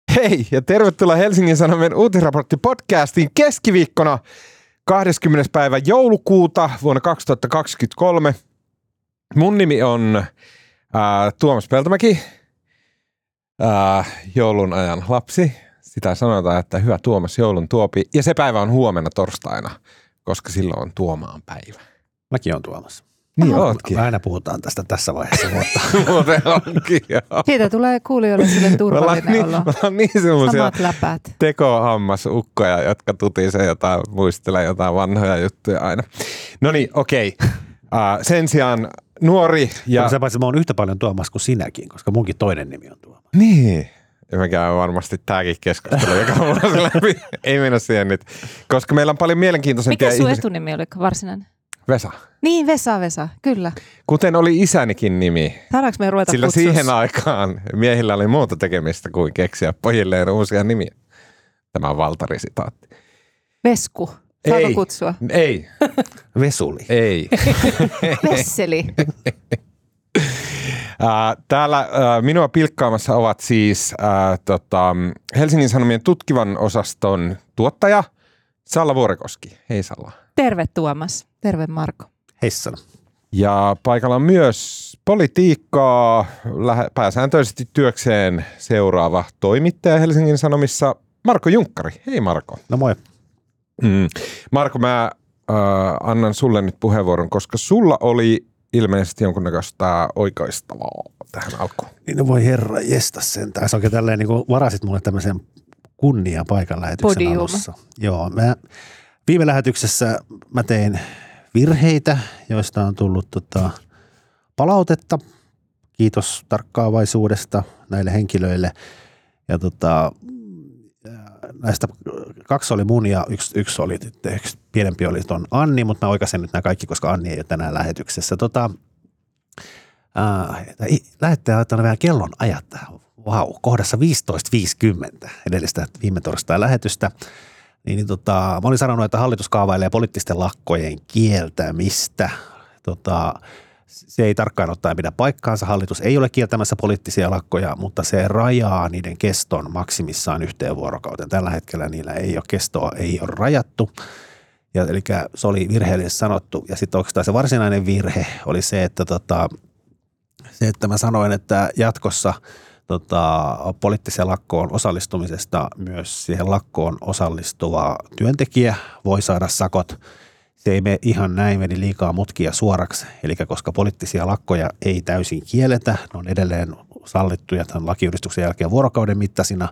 Hei ja tervetuloa Helsingin Sanomien uutisraportti-podcastiin keskiviikkona 20. päivä joulukuuta vuonna 2023. Mun nimi on Tuomas Peltomäki, joulun ajan lapsi. Sitä sanotaan, että hyvä Tuomas joulun tuopi. Ja se päivä on huomenna torstaina, koska silloin on Tuomaan päivä. Mäkin on Tuomas. Niin ootkin. Aina puhutaan tästä tässä vaiheessa, mutta muuten onkin, joo. Siitä tulee kuulijoille sille turvallinen olo. Me ollaan niin semmoisia Samat läpäät. tekohammasukkoja, jotka tutisee jotain, muistelee jotain vanhoja juttuja aina. No niin, okei. Sen sijaan nuori ja... Se paitsi mä oon yhtä paljon Tuomas kuin sinäkin, koska munkin toinen nimi on Tuomas. Niin. Ja me käydään varmasti tämäkin keskustelu, joka mulla on läpi. Ei mennä siihen nyt. Koska meillä on paljon mielenkiintoisempia ihmisiä. Mikä sun etunimi oli varsinainen? Vesa. Niin, Vesa, kyllä. Kuten oli isänikin nimi. Saadaanko me ruveta sillä kutsus? Siihen aikaan miehillä oli muuta tekemistä kuin keksiä pojilleen uusia nimiä. Tämä on Valtari-sitaatti. Vesku. Saako kutsua? Ei. Vesuli. Ei. Vesseli. Täällä minua pilkkaamassa ovat siis Helsingin Sanomien tutkivan osaston tuottaja Salla Vuorikoski. Hei Salla. Terve Tuomas. Terve Marko. Heissan. Ja paikalla on myös politiikkaa pääsääntöisesti työkseen seuraava toimittaja Helsingin Sanomissa Marko Junkkari. Hei Marko. No moi. Marko, mä annan sulle nyt puheenvuoron, koska sulla oli ilmeisesti jonkunnäköistä oikaistavaa tähän alkuun. Niin no voi herra jesta sentään. Se onkin tälleen niin kuin varasit mulle tämmöisen kunnia paikan lähetyksen Podium. alussa. Joo, viime lähetyksessä mä tein virheitä, joista on tullut palautetta. Kiitos tarkkaavaisuudesta näille henkilöille. Ja näistä 2 oli mun ja yksi oli yksi pienempi oli ton Anni, mutta mä oikaisen nyt nämä kaikki, koska Anni ei ole tänään lähetyksessä. Lähettäjä on vielä kellon ajat. Vau, kohdassa 15.50 edellistä viime torstain lähetystä. Mä olin sanonut, että hallitus kaavailee poliittisten lakkojen kieltämistä. Se ei tarkkaan ottaen pidä paikkaansa. Hallitus ei ole kieltämässä poliittisia lakkoja, mutta se rajaa niiden keston maksimissaan 1 vuorokauteen. Tällä hetkellä niillä ei ole kestoa, ei ole rajattu. Eli se oli virheellisesti sanottu. Ja sitten oikeastaan se varsinainen virhe oli se, että mä sanoin, että jatkossa poliittiseen lakkoon osallistumisesta myös siihen lakkoon osallistuva työntekijä voi saada sakot. Se ei mene ihan näin, meni liikaa mutkia suoraksi, eli koska poliittisia lakkoja ei täysin kielletä, ne on edelleen sallittuja tämän lakiuudistuksen jälkeen vuorokauden mittaisina,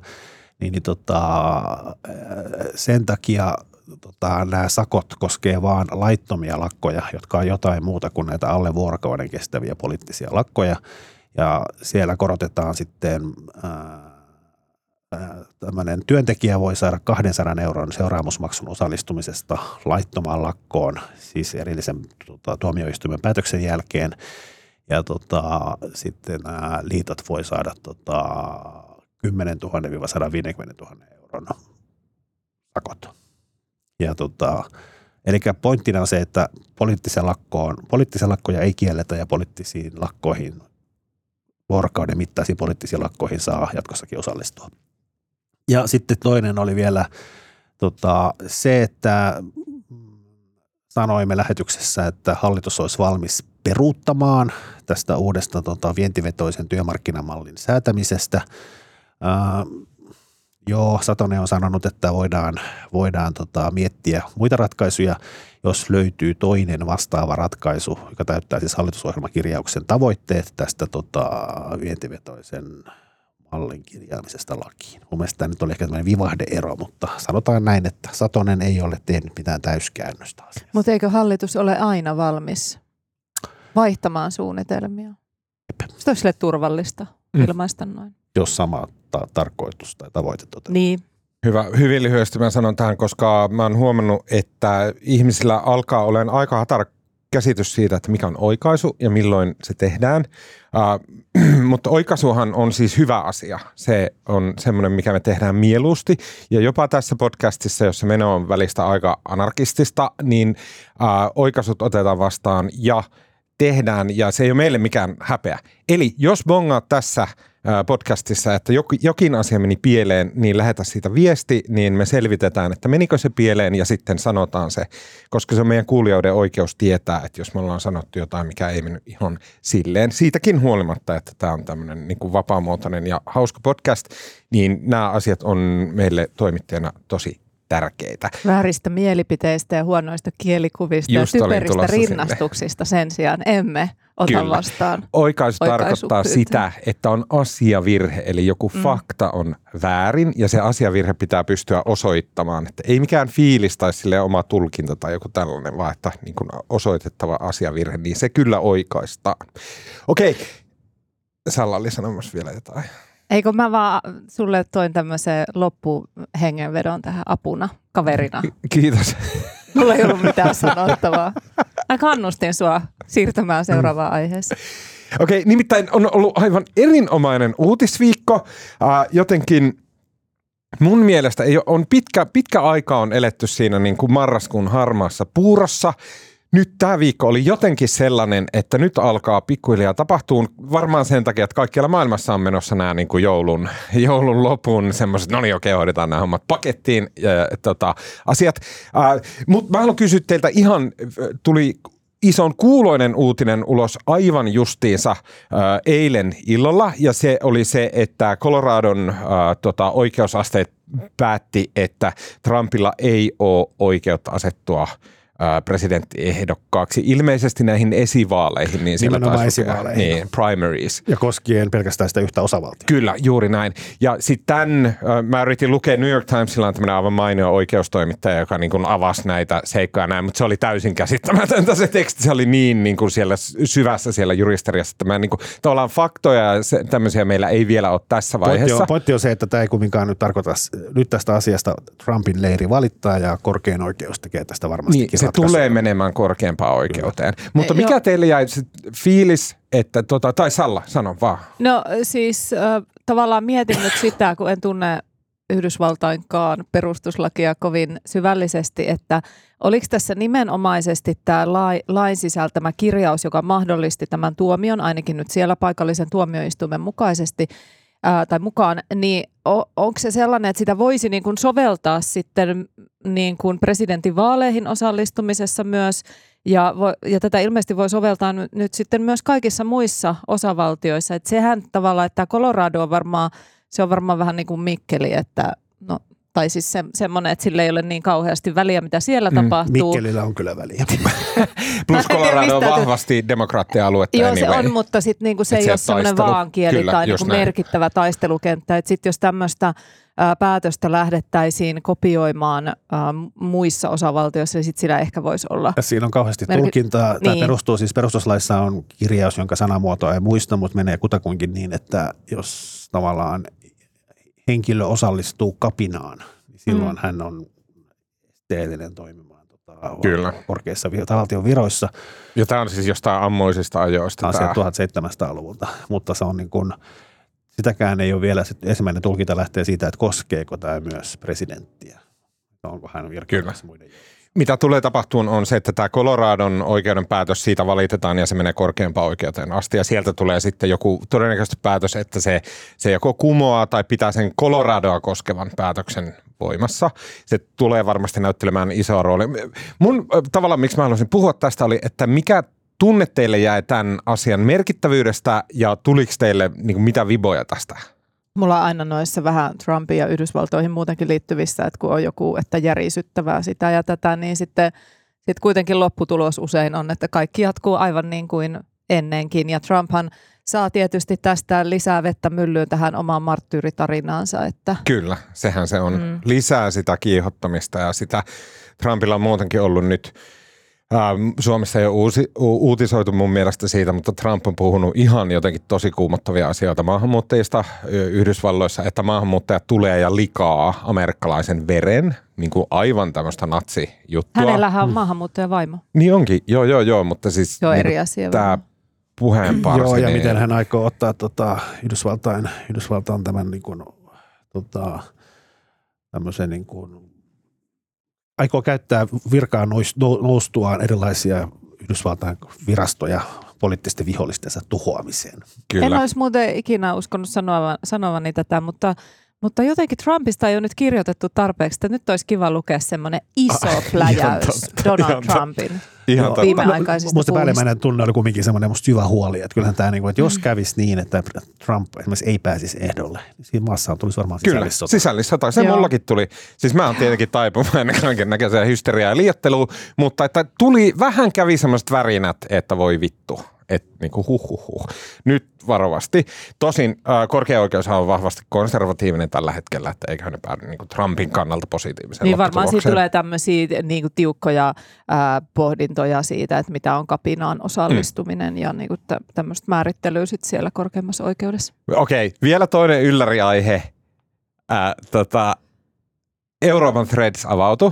sen takia nämä sakot koskee vaan laittomia lakkoja, jotka on jotain muuta kuin näitä alle vuorokauden kestäviä poliittisia lakkoja, ja siellä korotetaan sitten tämmöinen työntekijä voi saada 200 € seuraamusmaksun osallistumisesta laittomaan lakkoon, siis erillisen tuomioistuimen päätöksen jälkeen. Ja sitten nämä liitot voi saada 10 000 – 150 000 € sakot. Ja eli pointtina on se, että poliittisia lakkoja ei kielletä ja poliittisiin lakkoihin, vuorokauden mittaisiin poliittisiin lakkoihin saa jatkossakin osallistua. Ja sitten toinen oli vielä se, että sanoimme lähetyksessä, että hallitus olisi valmis peruuttamaan tästä uudesta vientivetoisen työmarkkinamallin säätämisestä. Joo, Satonen on sanonut, että voidaan miettiä muita ratkaisuja, jos löytyy toinen vastaava ratkaisu, joka täyttää siis hallitusohjelmakirjauksen tavoitteet tästä vientivetoisen mallin kirjaamisesta lakiin. Mun mielestä tämä nyt oli ehkä tämmöinen vivahde-ero, mutta sanotaan näin, että Satonen ei ole tehnyt mitään täyskäännöstä asiasta. Mutta eikö hallitus ole aina valmis vaihtamaan suunnitelmia? Se olisi sille turvallista ilmaista noin. Jos sama tarkoitus tai tavoite toteutuu. Niin. Hyvin lyhyesti mä sanon tähän, koska mä oon huomannut, että ihmisillä alkaa olemaan aika hatara käsitys siitä, että mikä on oikaisu ja milloin se tehdään. Mutta oikaisuhan on siis hyvä asia. Se on semmoinen, mikä me tehdään mieluusti. Ja jopa tässä podcastissa, jossa meno on välistä aika anarkistista, niin oikaisut otetaan vastaan ja tehdään. Ja se ei ole meille mikään häpeä. Eli jos bongaat tässä podcastissa, että jokin asia meni pieleen, niin lähetä siitä viesti, niin me selvitetään, että menikö se pieleen ja sitten sanotaan se, koska se on meidän kuulijoiden oikeus tietää, että jos me ollaan sanottu jotain, mikä ei mennyt ihan silleen, siitäkin huolimatta, että tämä on tämmöinen niin kuin vapaamuotoinen ja hauska podcast, niin nämä asiat on meille toimittajana tosi tärkeitä. Vääristä mielipiteistä ja huonoista kielikuvista Just ja olin typeristä tulossa rinnastuksista sen sijaan emme ota Kyllä. vastaan. Oikaisu tarkoittaa sitä, että on asiavirhe, eli joku fakta on väärin ja se asiavirhe pitää pystyä osoittamaan. Että ei mikään fiilis tai sille oma tulkinta tai joku tällainen, vaan että niin kuin osoitettava asiavirhe, niin se kyllä oikaistaan. Okei, Salla oli sanomassa vielä jotain. Eikö mä vaan sulle toin tämmöisen loppuhengenvedon tähän apuna, kaverina. Kiitos. Mulla ei ollut mitään sanottavaa. Mä kannustin sua siirtymään seuraavaan aiheeseen. Okei, nimittäin on ollut aivan erinomainen uutisviikko. Jotenkin mun mielestä on pitkä aika on eletty siinä niin kuin marraskuun harmaassa puurossa. Nyt tämä viikko oli jotenkin sellainen, että nyt alkaa pikkuhiljaa tapahtua varmaan sen takia, että kaikkialla maailmassa on menossa nämä niin kuin joulun lopun semmoiset, no niin okei, hoidetaan nämä hommat pakettiin asiat. Mutta mä haluan kysyä teiltä tuli ison kuuloinen uutinen ulos aivan justiinsa eilen illalla ja se oli se, että Coloradon oikeusasteet päätti, että Trumpilla ei ole oikeutta asettua presidenttiehdokkaaksi ilmeisesti näihin esivaaleihin. Niin nimenomaan esivaaleihin. Niin, primaries. Ja koskien pelkästään sitä yhtä osavaltiota. Kyllä, juuri näin. Ja sitten mä yritin lukea New York Timesilla on tämmöinen aivan mainio oikeustoimittaja, joka niin kuin avasi näitä seikkoja näin, mutta se oli täysin käsittämätöntä se teksti. Se oli niin kuin siellä syvässä siellä juristeriassa, että mä niin kuin, tavallaan faktoja ja tämmöisiä meillä ei vielä ole tässä vaiheessa. Pointti on se, että tämä ei kumminkaan nyt tarkoita, nyt tästä asiasta Trumpin leiri valittaa ja korkein oikeus tekee tästä varmasti niin, se tulee menemään korkeampaan oikeuteen. Mutta mikä teille jäi fiilis, että tai Salla, sano vaan. No siis tavallaan mietin nyt sitä, kun en tunne Yhdysvaltainkaan perustuslakia kovin syvällisesti, että oliko tässä nimenomaisesti tämä lain sisältämä kirjaus, joka mahdollisti tämän tuomion, ainakin nyt siellä paikallisen tuomioistuimen mukaisesti, tai mukaan, niin onko se sellainen, että sitä voisi niin kuin soveltaa sitten niin kuin presidentinvaaleihin osallistumisessa myös, ja tätä ilmeisesti voi soveltaa nyt sitten myös kaikissa muissa osavaltioissa. Että sehän tavallaan, että Colorado on varmaan vähän niin kuin Mikkeli, että no, tai siis semmoinen, että sillä ei ole niin kauheasti väliä, mitä siellä tapahtuu. Mikkelillä on kyllä väliä. Plus Colorado on vahvasti demokraattia-aluetta. Joo, anyway. Se on, mutta sitten niinku se ei ole semmoinen vaankieli tai niinku merkittävä taistelukenttä. Et sit jos tämmöistä päätöstä lähdettäisiin kopioimaan muissa osavaltioissa, niin sit sillä ehkä voisi olla. Ja siinä on kauheasti tulkintaa. Tämä perustuu siis perustuslaissa on kirjaus, jonka sanamuotoa ei muista, mutta menee kutakuinkin niin, että jos tavallaan henkilö osallistuu kapinaan, niin silloin hän on esteellinen toimimaan korkeissa valtion viroissa. Ja tämä on siis jostain ammoisista ajoista. Tämä on 1700-luvulta, mutta se on niin kuin, sitäkään ei ole vielä, ensimmäinen tulkinta lähtee siitä, että koskeeko tämä myös presidenttiä. Onko hän virkailussa muiden joukossa. Mitä tulee tapahtumaan on se, että tämä Coloradon oikeuden päätös siitä valitetaan ja se menee korkeampaan oikeuteen asti ja sieltä tulee sitten joku todennäköisesti päätös, että se joko kumoaa tai pitää sen Coloradoa koskevan päätöksen voimassa. Se tulee varmasti näyttelemään isoa roolia. Tavallaan miksi mä haluaisin puhua tästä oli, että mikä tunne teille jäi tämän asian merkittävyydestä ja tuliko teille niin kuin mitä viboja tästä? Mulla on aina noissa vähän Trumpin ja Yhdysvaltoihin muutenkin liittyvissä, että kun on joku, että järisyttävää sitä ja tätä, niin sitten kuitenkin lopputulos usein on, että kaikki jatkuu aivan niin kuin ennenkin. Ja Trumphan saa tietysti tästä lisää vettä myllyyn tähän omaan marttyyritarinaansa. Että Kyllä, sehän se on. Lisää sitä kiihottamista ja sitä Trumpilla on muutenkin ollut nyt. Suomessa ei ole uutisoitu mun mielestä siitä, mutta Trump on puhunut ihan jotenkin tosi kuumottavia asioita maahanmuuttajista Yhdysvalloissa, että maahanmuuttajat tulee ja likaa amerikkalaisen veren, niin kuin aivan tämmöistä natsijuttua. Hänellähän on maahanmuuttajavaimo. Niin onkin, joo, mutta siis joo, eri niin asia. Tämä puheenparsi. Joo, ja miten hän aikoo ottaa Yhdysvaltain tämän niin kuin, tämmöisen niin kuin aikoo käyttää virkaan noustuaan erilaisia Yhdysvaltain virastoja poliittisten vihollistensa tuhoamiseen. Kyllä. En olisi muuten ikinä uskonut sanovani tätä, mutta jotenkin Trumpista ei ole nyt kirjoitettu tarpeeksi, että nyt olisi kiva lukea semmoinen iso pläjäys Donald Trumpin viimeaikaisista Musta puhista. päällimmäinen tunne oli kuitenkin semmoinen musta syvä huoli, että kyllähän tämä, että jos kävisi niin, että Trump esimerkiksi ei pääsisi ehdolle, niin siinä maassa tulisi varmaan sisällissota. Kyllä, sisällissota. Se mullakin tuli. Siis mä oon tietenkin taipuvainen kaiken näköiseen hysteriaan ja liiotteluun, mutta että vähän kävi semmoiset värinät, että voi vittu. Että niinku huhuhuh. Nyt varovasti. Tosin korkea oikeushan on vahvasti konservatiivinen tällä hetkellä, että eiköhän ne päädy niinku Trumpin kannalta positiiviseen niin varmaan lopputulokseen. siitä tulee tämmöisiä niinku tiukkoja pohdintoja siitä, että mitä on kapinaan osallistuminen ja niinku tämmöistä määrittelyä sit siellä korkeimmassa oikeudessa. Okei, vielä toinen ylläriaihe. Euroopan Threads avautui.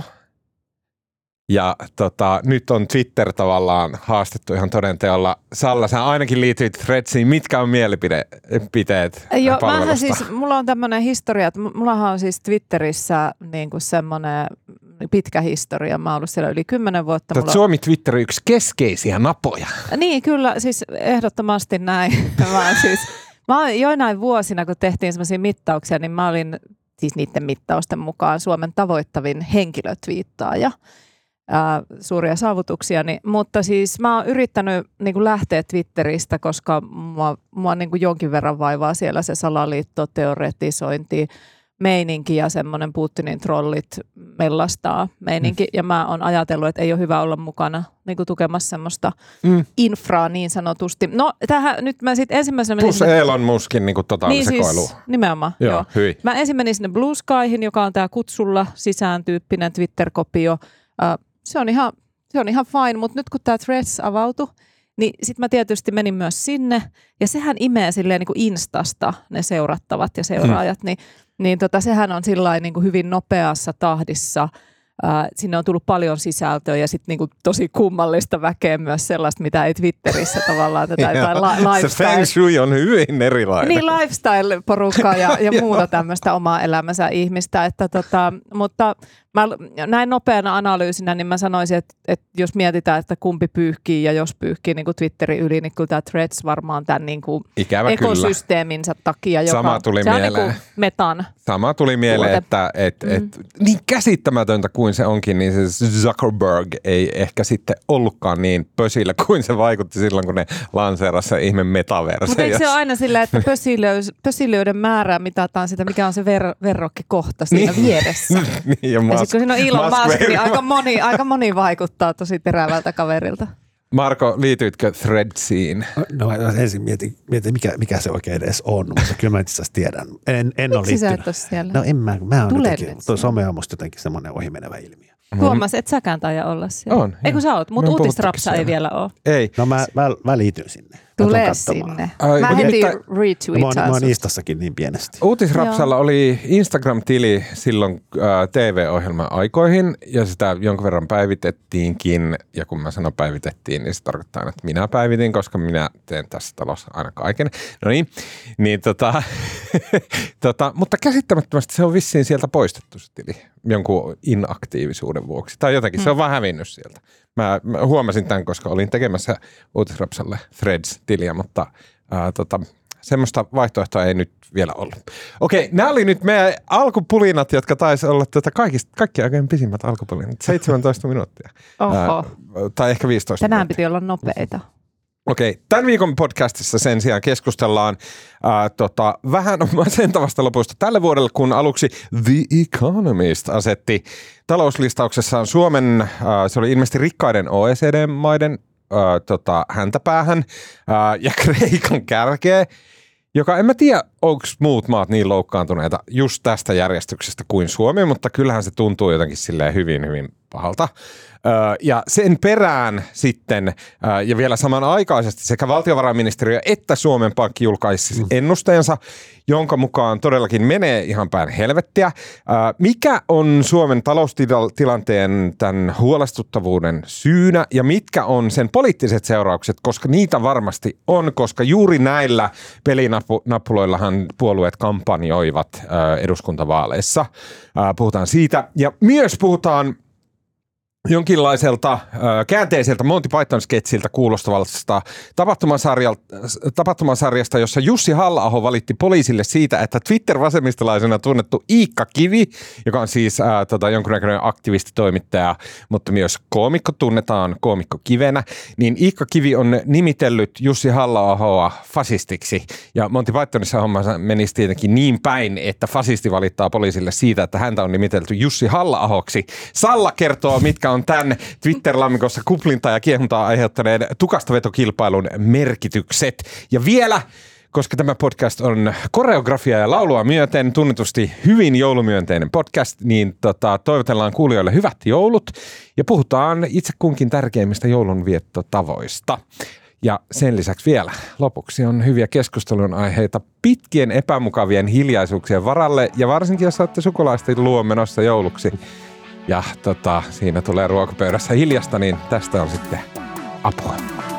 Ja nyt on Twitter tavallaan haastettu ihan todenteolla. Salla, sä ainakin liityit Threadsiin. Mitkä on mielipiteet Joo, palvelusta? mulla on tämmöinen historia, että mullahan on siis Twitterissä niinku semmoinen pitkä historia. Mä oon ollut siellä yli 10 vuotta. Suomi Twitter on yksi keskeisiä napoja. Niin, kyllä, siis ehdottomasti näin. Mä oon joinain vuosina, kun tehtiin semmoisia mittauksia, niin mä olin siis niiden mittausten mukaan Suomen tavoittavin henkilötwiittaaja. Suuria saavutuksia, mutta siis mä oon yrittänyt niin kuin lähteä Twitteristä, koska mua niin kuin jonkin verran vaivaa siellä se salaliitto, teoretisointi, meininki ja semmoinen Putinin trollit mellastaa meininki. Ja mä oon ajatellut, että ei ole hyvä olla mukana niin kuin tukemassa semmoista infraa niin sanotusti. No tähän nyt mä sitten ensimmäisenä... Plus Elon Muskin niin kuin totaalisekoilu. Niin siis nimenomaan, joo. Hyi. Mä ensin menin sinne Blue Skyhin, joka on tää kutsulla sisään tyyppinen Twitter-kopio. Se on ihan fine, mutta nyt kun tämä Threads avautui, niin sitten mä tietysti menin myös sinne. Ja sehän imee silleen niin kuin Instasta ne seurattavat ja seuraajat, niin sehän on sillain niin kuin hyvin nopeassa tahdissa. Sinne on tullut paljon sisältöä ja sitten niinku tosi kummallista väkeä myös sellaista, mitä ei Twitterissä tavallaan tätä lifestyle. Se feng shui on hyvin erilainen. Niin, lifestyle-porukkaa ja muuta tämmöistä omaa elämänsä ihmistä. Mutta mä näin nopeana analyysinä, niin mä sanoisin, että jos mietitään, että kumpi pyyhkii ja jos pyyhkii niin kuin Twitterin yli, niin kyllä tämä Threads varmaan tämän niin kuin ekosysteeminsä takia, joka sama tuli se mieleen. On niin kuin metan. Sama tuli mieleen, että niin käsittämätöntä kuin se onkin, niin se Zuckerberg ei ehkä sitten ollutkaan niin pösillä kuin se vaikutti silloin, kun ne lanseerasi se ihme metaverse. Mutta eikö se ole aina sillä, että pösilöiden määrää mitataan sitä, mikä on se verrokkikohta siinä vieressä. Niin, ja sitten kun siinä on Elon Musk, niin aika moni vaikuttaa tosi terävältä kaverilta. Marko, liityitkö Threadsiin? No ensin mietin mikä se oikein edes on, mutta kyllä mä itse asiassa tiedän. En ole liittynyt. Sä et ole siellä? No mä oon jotenkin, tuo some on musta jotenkin semmoinen ohimenevä ilmiö. Tuomas, et säkään taida olla siellä. On. Eikö sä oot, mutta uutisrapsa ei vielä ole. Ei. No mä liityn sinne. Tule sinne. Mä heti retweetaan. Mä oon Instassakin niin pienesti. Uutisrapsalla oli Instagram-tili silloin TV-ohjelman aikoihin ja sitä jonkun verran päivitettiinkin. Ja kun mä sanon päivitettiin, niin se tarkoittaa, että minä päivitin, koska minä teen tässä talossa aina kaiken. No niin, mutta käsittämättömästi se on vissiin sieltä poistettu se tili jonkun inaktiivisuuden vuoksi. Tai jotenkin se on vaan hävinnyt sieltä. Mä huomasin tämän, koska olin tekemässä Uutisrapsalle Threads-tiliä, mutta semmoista vaihtoehtoa ei nyt vielä ollut. Okei, nämä oli nyt meidän alkupulinat, jotka taisi olla kaikki aikojen pisimmät alkupulinat. 17 minuuttia. Oho. Tai ehkä 15 Tänään minuuttia. piti olla nopeita. Okei, tämän viikon podcastissa sen sijaan keskustellaan vähän masentavasta lopusta tälle vuodelle, kun aluksi The Economist asetti talouslistauksessaan Suomen, se oli ilmeisesti rikkaiden OECD-maiden häntäpäähän ja Kreikan kärkeä, joka en mä tiedä, onko muut maat niin loukkaantuneita just tästä järjestyksestä kuin Suomi, mutta kyllähän se tuntuu jotenkin silleen hyvin, hyvin pahalta. Ja sen perään sitten, ja vielä samanaikaisesti sekä valtiovarainministeriö että Suomen Pankki julkaisi ennusteensa, jonka mukaan todellakin menee ihan päin helvettiä. Mikä on Suomen taloustilanteen tämän huolestuttavuuden syynä ja mitkä on sen poliittiset seuraukset, koska niitä varmasti on, koska juuri näillä pelinappuloillahan puolueet kampanjoivat eduskuntavaaleissa. Puhutaan siitä ja myös puhutaan jonkinlaiselta käänteiseltä Monty Python-sketsiltä kuulostavalta tapahtumasarjasta, jossa Jussi Halla-aho valitti poliisille siitä, että Twitter-vasemmistolaisena tunnettu Iikka Kivi, joka on siis jonkunnäköinen aktivistitoimittaja, mutta myös koomikko, tunnetaan koomikko Kivenä, niin Iikka Kivi on nimitellyt Jussi Halla-ahoa fasistiksi. Ja Monty Pythonissa homma menisi tietenkin niin päin, että fasisti valittaa poliisille siitä, että häntä on nimitelty Jussi Halla-ahoksi. Salla kertoo, mitkä on tämän Twitter-lammikossa kuplintaa ja kiehuntaa aiheuttaneen tukastavetokilpailun merkitykset. Ja vielä, koska tämä podcast on koreografia ja laulua myöten, tunnetusti hyvin joulumyönteinen podcast, niin toivotellaan kuulijoille hyvät joulut ja puhutaan itse kunkin tärkeimmistä joulunviettotavoista. Ja sen lisäksi vielä lopuksi on hyviä keskustelun aiheita pitkien epämukavien hiljaisuuksien varalle ja varsinkin jos olette sukulaisten luo menossa jouluksi. Ja siinä tulee ruokapöydässä hiljasta, niin tästä on sitten apua.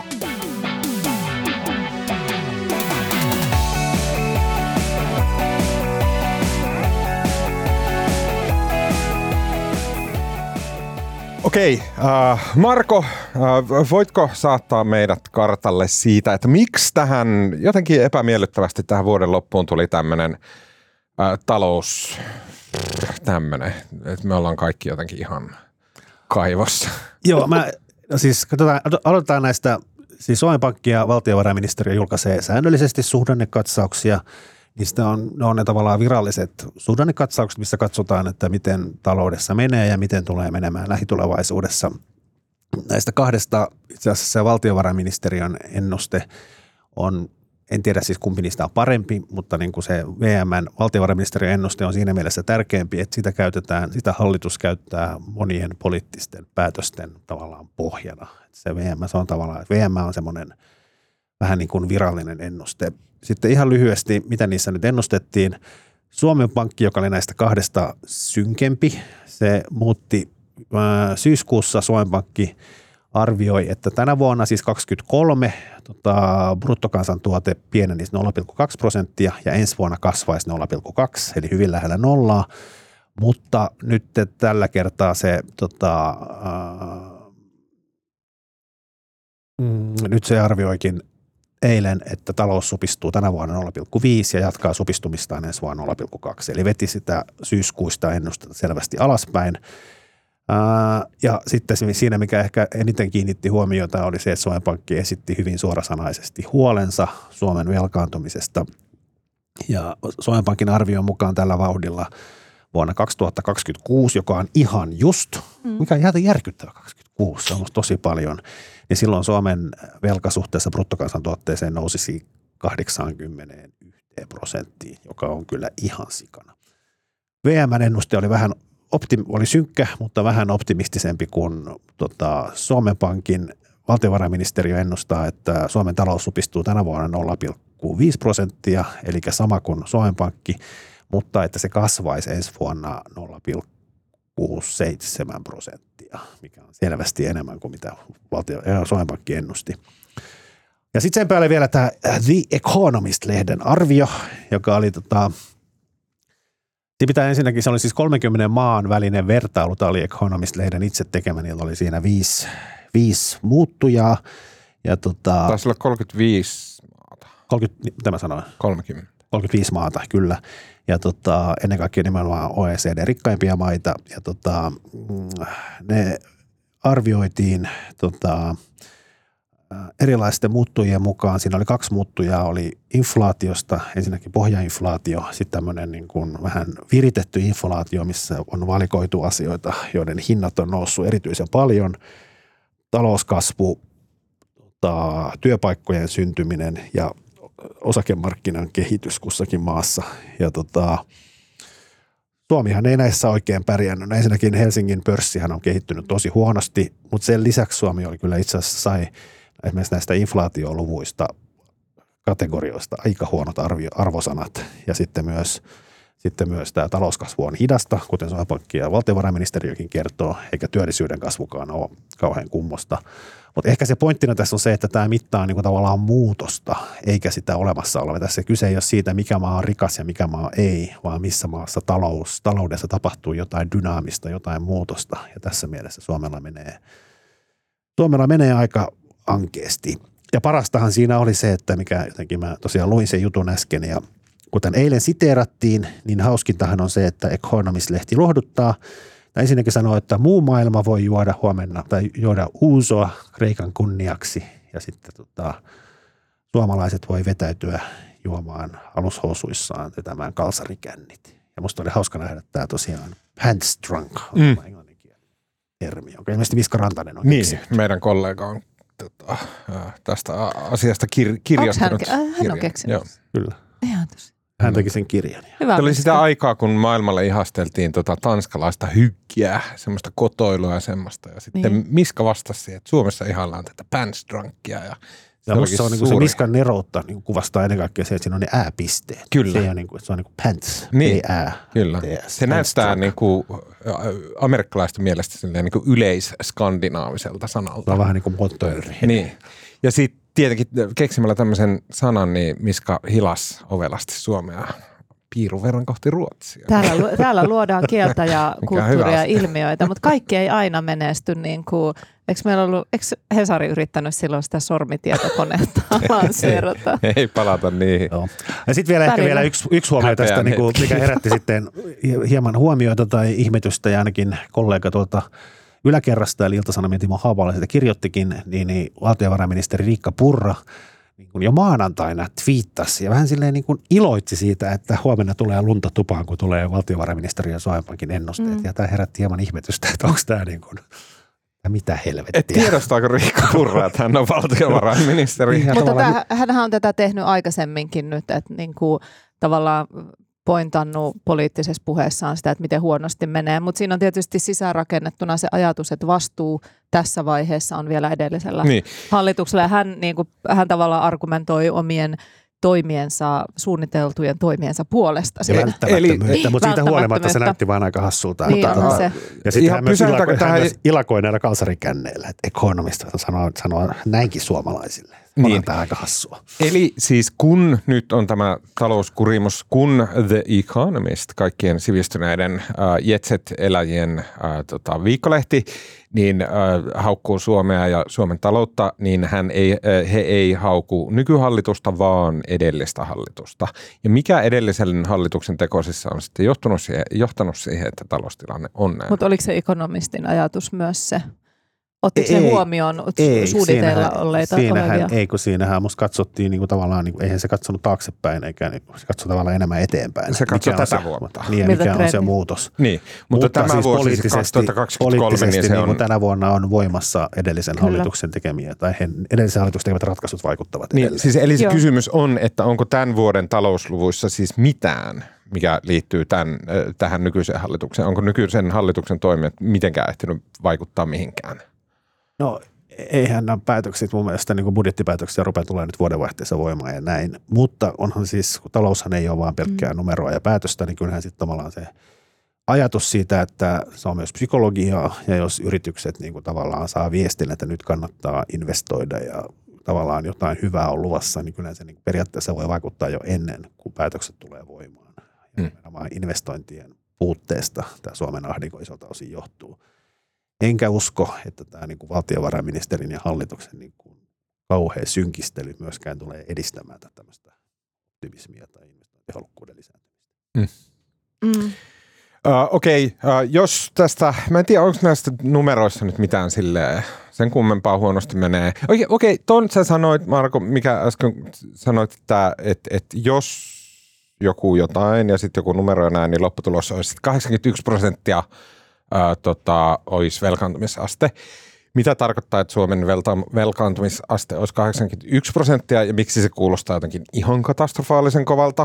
Okei, Marko, voitko saattaa meidät kartalle siitä, että miksi tähän jotenkin epämiellyttävästi tähän vuoden loppuun tuli tämmöinen talous... Tämmöinen, että me ollaan kaikki jotenkin ihan kaivossa. Joo, aloitetaan näistä, siis Suomen Pankki ja valtiovarainministeriö julkaisee säännöllisesti suhdannekatsauksia. Niistä on ne tavallaan viralliset suhdannekatsaukset, missä katsotaan, että miten taloudessa menee ja miten tulee menemään lähitulevaisuudessa. Näistä kahdesta itse asiassa valtiovarainministeriön ennuste on, en tiedä siis kumpi niistä on parempi, mutta niin kuin se VM:n valtiovarainministeriön ennuste on siinä mielessä tärkeämpi, että sitä hallitus käyttää monien poliittisten päätösten tavallaan pohjana. Se VM on semmoinen vähän niin kuin virallinen ennuste. Sitten ihan lyhyesti, mitä niissä nyt ennustettiin. Suomen Pankki, joka oli näistä kahdesta synkempi, se muutti syyskuussa Suomen Pankki arvioi, että tänä vuonna siis 2023 bruttokansantuote pienenisi 0,2% ja ensi vuonna kasvaisi 0,2, eli hyvin lähellä nollaa, mutta nyt tällä kertaa nyt se arvioikin eilen, että talous supistuu tänä vuonna 0,5 ja jatkaa supistumistaan ensi vuonna 0,2, eli veti sitä syyskuista ennustetta selvästi alaspäin. Ja sitten siinä, mikä ehkä eniten kiinnitti huomiota, oli se, että Suomen Pankki esitti hyvin suorasanaisesti huolensa Suomen velkaantumisesta. Ja Suomen Pankin arvion mukaan tällä vauhdilla vuonna 2026, joka on ihan just, mikä on ihan järkyttävä 26, se on tosi paljon, niin silloin Suomen velka suhteessa bruttokansantuotteeseen nousisi 81%, joka on kyllä ihan sikana. VM:n ennuste oli oli synkkä, mutta vähän optimistisempi kuin Suomen Pankin. Valtiovarainministeriö ennustaa, että Suomen talous supistuu tänä vuonna 0,5%, eli sama kuin Suomen Pankki, mutta että se kasvaisi ensi vuonna 0,67%, mikä on selvästi enemmän kuin mitä Suomen Pankki ennusti. Ja sitten sen päälle vielä tämä The Economist-lehden arvio, joka oli se oli siis 30 maan välinen vertailu. Tämä oli Economist-lehden itse tekemä, niillä oli siinä 5 muuttujaa. Ja taisi olla 35 maata. 30, mitä mä sanoin? 30. 35 maata, kyllä. Ja ennen kaikkea nimenomaan OECD-rikkaimpia maita. Ja ne arvioitiin erilaisten muuttujien mukaan. Siinä oli 2 muuttujaa, oli inflaatiosta, ensinnäkin pohjainflaatio, sitten tämmöinen niin kuin vähän viritetty inflaatio, missä on valikoitu asioita, joiden hinnat on noussut erityisen paljon, talouskasvu, työpaikkojen syntyminen ja osakemarkkinan kehitys kussakin maassa. Ja Suomihan ei näissä oikein pärjännyt. Ensinnäkin Helsingin pörssihän on kehittynyt tosi huonosti, mutta sen lisäksi Suomi oli kyllä itse asiassa sai esimerkiksi näistä inflaatioluvuista kategorioista aika huonot arvosanat. Ja sitten myös Sitten myös tämä talouskasvu on hidasta, kuten Suomen Pankki ja valtiovarainministeriökin kertoo, eikä työllisyyden kasvukaan ole kauhean kummosta. Mutta ehkä se pointtina tässä on se, että tämä mittaa niin kuin tavallaan muutosta, eikä sitä olemassa oleva. Tässä kyse ei ole siitä, mikä maa on rikas ja mikä maa ei, vaan missä maassa taloudessa tapahtuu jotain dynaamista, jotain muutosta. Ja tässä mielessä Suomella menee aika ankeasti. Ja parastahan siinä oli se, että mikä jotenkin mä tosiaan luin sen jutun äsken ja kuten eilen siteerattiin, niin hauskintahan on se, että Economist-lehti lohduttaa. Ensinnäkin sanoo, että muu maailma voi juoda huomenna tai juoda uusoa Kreikan kunniaksi ja sitten suomalaiset voi vetäytyä juomaan alushousuissaan vetämään kalsarikännit. Ja musta oli hauska nähdä, että tämä tosiaan pants drunk on englanninkielinen termi, jonka ilmeisesti Miska Rantanen on keksinyt. Meidän kollega on tästä asiasta kirjoittanut. Hän on keksinyt. Joo. Kyllä. Ihan tosi. Hän teki sen kirjan. Hyvä. Se oli sitä aikaa, kun maailmalle ihasteltiin tanskalaista hyggiä, semmoista kotoilua ja semmoista. Ja sitten Miska vastasi, että Suomessa ihaillaan tätä pants drunkia. Ja musta se on niin se Miskan neroutta niin kuvastaa ennen kaikkea se, että siinä on ne ääpisteet. Kyllä. Se, se on niin kuin pants, P-ää. Kyllä. Se näyttää niin kuin amerikkalaisten mielestä niin kuin yleis-skandinaaviselta sanalta. Se on vähän niin kuin monttööri. Niin. Ja sitten tietenkin keksimällä tämmöisen sanan, niin Miska hilas ovelasti Suomea piirun verran kohti Ruotsia. Täällä luodaan kieltä ja kulttuuria ja ilmiöitä, mutta kaikki ei aina menesty niin kuin, eikö Hesari yrittänyt silloin sitä sormitietokonetta lanseerata? Ei palata niihin. Joo. Ja sitten vielä yksi huomio tästä, niin kuin, mikä herätti sitten hieman huomioita tai ihmetystä ja ainakin kollega yläkerrasta, eli Ilta-Sanomien Timo Haapala sitä kirjoittikin, niin valtiovarainministeri Riikka Purra niin kuin jo maanantaina twiittasi ja vähän silleen niin kuin iloitsi siitä, että huomenna tulee lunta tupaan, kun tulee valtiovarainministeriön ja Suomen Pankin ennusteet. Ja tämä herätti hieman ihmetystä, että onko tämä niin kuin, mitä helvettiä. Et tiedostaako Riikka Purra, että hän on valtiovarainministeri? Mutta hänhän on tätä tehnyt aikaisemminkin nyt, että niin kuin tavallaan pointannut poliittisessa puheessaan sitä, että miten huonosti menee, mutta siinä on tietysti sisäänrakennettuna se ajatus, että vastuu tässä vaiheessa on vielä edellisellä hallituksella. Ja hän tavallaan argumentoi omien suunniteltujen toimiensa puolesta. Ja välttämättömyyttä, mutta siitä huolimatta se näytti vaan aika hassulta. Niin, ja sitten hän myös ilakoi näillä kalsarikänneillä, että Economist sanoo näinkin suomalaisille. Onhan tämä aika hassua. Eli siis kun nyt on tämä talouskurimus, kun The Economist, kaikkien sivistyneiden jetset-eläjien viikkolehti, niin haukkuu Suomea ja Suomen taloutta, niin he ei hauku nykyhallitusta, vaan edellistä hallitusta. Ja mikä edellisen hallituksen tekosissa on sitten johtanut siihen, että taloustilanne on näin? Mutta oliko se Economistin ajatus myös se? Ottiko se huomioon suunniteilla olleita? Kun siinähän musta katsottiin niin kuin tavallaan, niin kuin, eihän se katsonut taaksepäin, eikä se katsoi tavallaan enemmän eteenpäin. Se katsoi tätä vuotta. Niin, mikä on se muutos. Niin, mutta tämä siis vuosi 2023, niin se on. Niin tänä vuonna on voimassa edellisen hallituksen tekemiä, tai edellisen hallituksen tekemät ratkaisut vaikuttavat edelleen. Siis, eli se kysymys on, että onko tämän vuoden talousluvuissa siis mitään, mikä liittyy tähän nykyiseen hallitukseen? Onko nykyisen hallituksen toimet mitenkään ehtinyt vaikuttaa mihinkään? No eihän nämä päätökset mun mielestä niin kuin budjettipäätöksiä rupeaa tulemaan nyt vuodenvaihteessa voimaan ja näin, mutta onhan siis, kun taloushan ei ole vaan pelkkää numeroa ja päätöstä, niin kyllähän sitten tavallaan se ajatus siitä, että se on myös psykologiaa ja jos yritykset niin kuin tavallaan saa viestin, että nyt kannattaa investoida ja tavallaan jotain hyvää on luvassa, niin kyllä se niin periaatteessa voi vaikuttaa jo ennen kuin päätökset tulee voimaan. Ja investointien puutteesta tämä Suomen ahdinko isolta osin johtuu. Enkä usko, että tämä niin kuin valtiovarainministerin ja hallituksen niin kuin kauhea synkistely myöskään tulee edistämään tämmöistä optimismia tai investointihalukkuuden lisääntymistä. Okei, jos tästä, mä en tiedä, onko näistä numeroissa nyt mitään silleen, sen kummempaa huonosti menee. Okei, ton sä sanoit, Marko, mikä äsken sanoit, että jos joku jotain ja sitten joku numero ja näin, niin lopputulos olisi 81% olisi velkaantumisaste. Mitä tarkoittaa, että Suomen velkaantumisaste olisi 81% ja miksi se kuulostaa jotenkin ihan katastrofaalisen kovalta?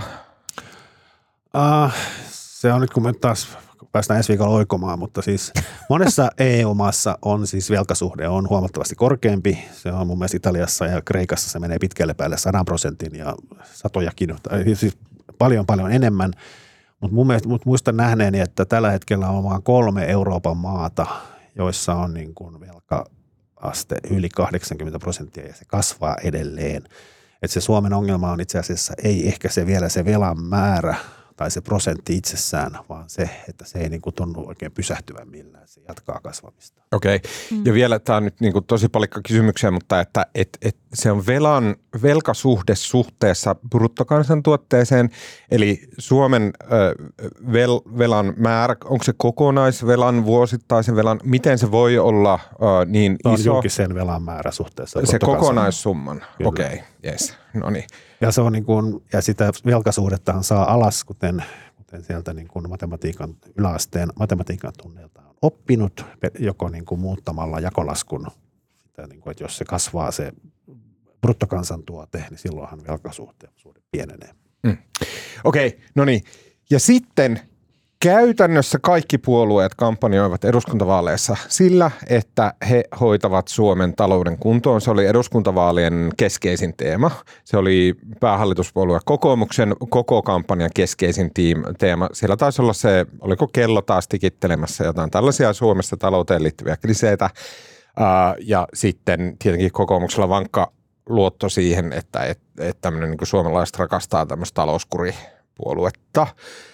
Se on nyt, kun me taas päästään ensi viikolla oikomaan, mutta siis monessa EU-maassa on siis velkasuhde on huomattavasti korkeampi. Se on mun mielestä Italiassa ja Kreikassa se menee pitkälle päälle 100% ja satojakin, siis paljon enemmän. Mutta muistan nähneeni, että tällä hetkellä on vain 3 Euroopan maata, joissa on niin kuin velka-aste yli 80% ja se kasvaa edelleen. Että se Suomen ongelma on itse asiassa ei ehkä se vielä se velan määrä tai se prosentti itsessään, vaan se, että se ei niin kuin tunnu oikein pysähtyvän millään. Se jatkaa kasvamista. Okei. Ja vielä tämä on nyt niin kuin tosi palikka kysymyksiä, mutta että se on velkasuhde suhteessa bruttokansantuotteeseen, eli Suomen velan määrä, onko se kokonaisvelan, vuosittaisen velan, miten se voi olla niin on iso? julkisen velan määrä suhteessa se kokonaissumman, okei, yes, no niin. Ja se on niin kuin, ja sitä velkasuhdettahan saa alas, kuten sieltä niin kuin yläasteen matematiikan tunneilta on oppinut, joko niin kuin muuttamalla jakolaskun, sitä niin kuin, että jos se kasvaa se bruttokansantuote, niin silloinhan velkasuhde pienenee. Okei, no niin. Ja sitten käytännössä kaikki puolueet kampanjoivat eduskuntavaaleissa sillä, että he hoitavat Suomen talouden kuntoon. Se oli eduskuntavaalien keskeisin teema. Se oli päähallituspuolue kokoomuksen koko kampanjan keskeisin teema. Siellä taisi olla se, oliko kello taas tikittelemässä jotain tällaisia Suomesta talouteen liittyviä kliseitä. Ja sitten tietenkin kokoomuksella vankka luotto siihen, että tämmöinen niin kuin suomalaiset rakastaa tämmöistä talouskuripuoluetta.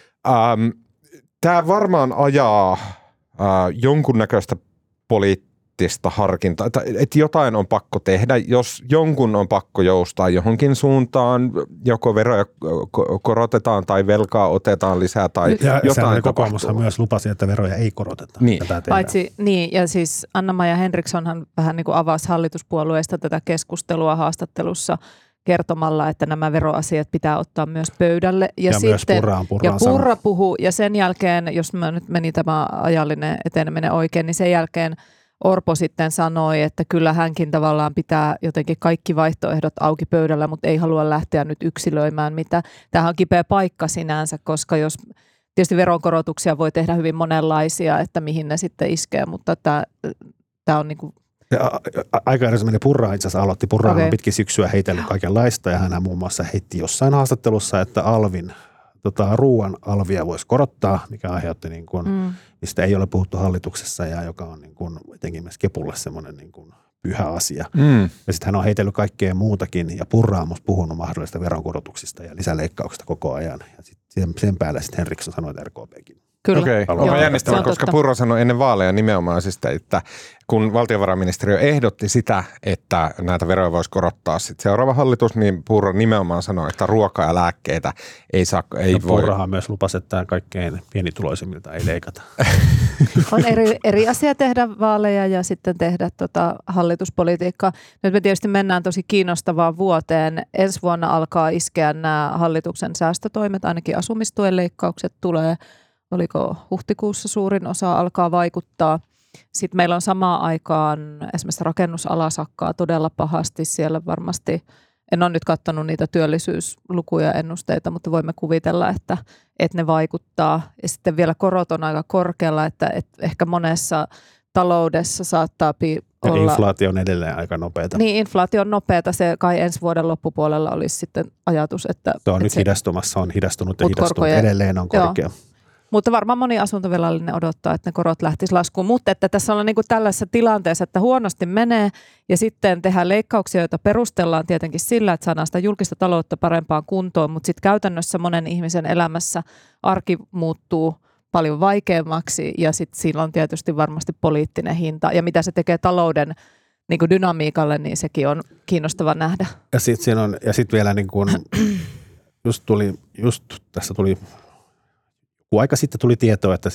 Tämä varmaan ajaa jonkunnäköistä poliittista harkintaa, että jotain on pakko tehdä, jos jonkun on pakko joustaa johonkin suuntaan, joko veroja korotetaan tai velkaa otetaan lisää tai jotain kokoomushan myös lupasi, että veroja ei koroteta. Niin. Paitsi, niin, ja siis Anna-Maja Henrikssonhan vähän niin kuin avasi hallituspuolueesta tätä keskustelua haastattelussa kertomalla, että nämä veroasiat pitää ottaa myös pöydälle. Ja sitten, Purra puhuu, ja sen jälkeen, jos mä nyt meni tämä ajallinen eteneminen oikein, niin sen jälkeen Orpo sitten sanoi, että kyllä hänkin tavallaan pitää jotenkin kaikki vaihtoehdot auki pöydällä, mutta ei halua lähteä nyt yksilöimään mitä. Tämähän on kipeä paikka sinänsä, koska jos tietysti veronkorotuksia voi tehdä hyvin monenlaisia, että mihin ne sitten iskee, mutta tämä on niin kuin aikaisemmin Purra itse asiassa aloitti. Purra on pitkin syksyä heitellyt kaikenlaista ja hän muun muassa heitti jossain haastattelussa, että ruoan alvia voisi korottaa, mikä aiheutti niin kuin, mistä ei ole puhuttu hallituksessa ja joka on niin kuin, etenkin myös Kepulle semmoinen niin kuin pyhä asia. Ja sitten hän on heitellyt kaikkea muutakin ja Purra on musta puhunut mahdollisista veronkorotuksista ja lisäleikkauksista koko ajan. Ja sitten sen päälle sitten Henriksson sanoi, että RKPkin. Kyllä. Okei, on jännittävää, koska Purra sanoi ennen vaaleja nimenomaan että kun valtiovarainministeriö ehdotti sitä, että näitä veroja voisi korottaa sitten seuraava hallitus, niin Purra nimenomaan sanoi, että ruokaa ja lääkkeitä ei voi. Purrahan myös lupasi, että kaikkein pienituloisimmilta ei leikata. On eri asia tehdä vaaleja ja sitten tehdä hallituspolitiikkaa. Nyt me tietysti mennään tosi kiinnostavaan vuoteen. Ensi vuonna alkaa iskeä nämä hallituksen säästötoimet, ainakin asumistuen leikkaukset tulee. Oliko huhtikuussa suurin osa alkaa vaikuttaa. Sitten meillä on samaan aikaan esimerkiksi rakennusala sakkaa todella pahasti. Siellä varmasti, en ole nyt katsonut niitä työllisyyslukuja ja ennusteita, mutta voimme kuvitella, että ne vaikuttaa. Ja sitten vielä korot on aika korkealla, että ehkä monessa taloudessa saattaa olla. Inflaatio on edelleen aika nopeata. Niin, inflaatio on nopeata. Se kai ensi vuoden loppupuolella olisi sitten ajatus, että se on nyt hidastumassa, on hidastunut ja hidastunut, edelleen on korkea. Joo. Mutta varmaan moni asuntovelallinen odottaa, että ne korot lähtisivät laskuun. Mutta että tässä ollaan niin kuin tällaisessa tilanteessa, että huonosti menee ja sitten tehdään leikkauksia, joita perustellaan tietenkin sillä, että saadaan sitä julkista taloutta parempaan kuntoon. Mutta sitten käytännössä monen ihmisen elämässä arki muuttuu paljon vaikeammaksi ja sitten sillä on tietysti varmasti poliittinen hinta. Ja mitä se tekee talouden niin kuin dynamiikalle, niin sekin on kiinnostava nähdä. Ja sitten vielä niin kuin, tässä tuli aika sitten tuli tietoa, että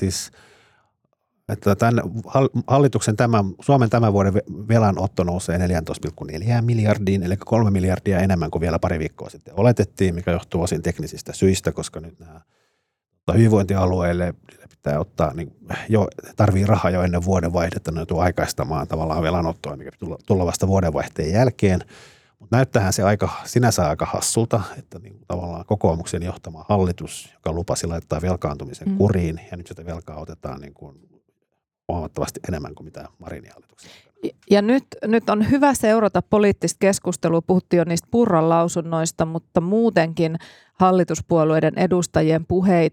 hallituksen Suomen tämän vuoden velanotto nousee 14,4 miljardiin, eli 3 miljardia enemmän kuin vielä pari viikkoa sitten oletettiin, mikä johtuu osin teknisistä syistä, koska nyt nämä hyvinvointialueille pitää ottaa, niin tarvii rahaa jo ennen vuodenvaihdetta, ne joutuu aikaistamaan tavallaan velanottoa, mikä tulla vasta vuodenvaihteen jälkeen. Mutta näyttäähän se sinänsä aika hassulta, että niin tavallaan kokoomuksen johtama hallitus, joka lupasi laittaa velkaantumisen kuriin, ja nyt sitä velkaa otetaan niin kuin huomattavasti enemmän kuin mitä Marinin hallituksen. Ja nyt on hyvä seurata poliittista keskustelua. Puhuttiin jo niistä Purran lausunnoista, mutta muutenkin hallituspuolueiden edustajien puheita.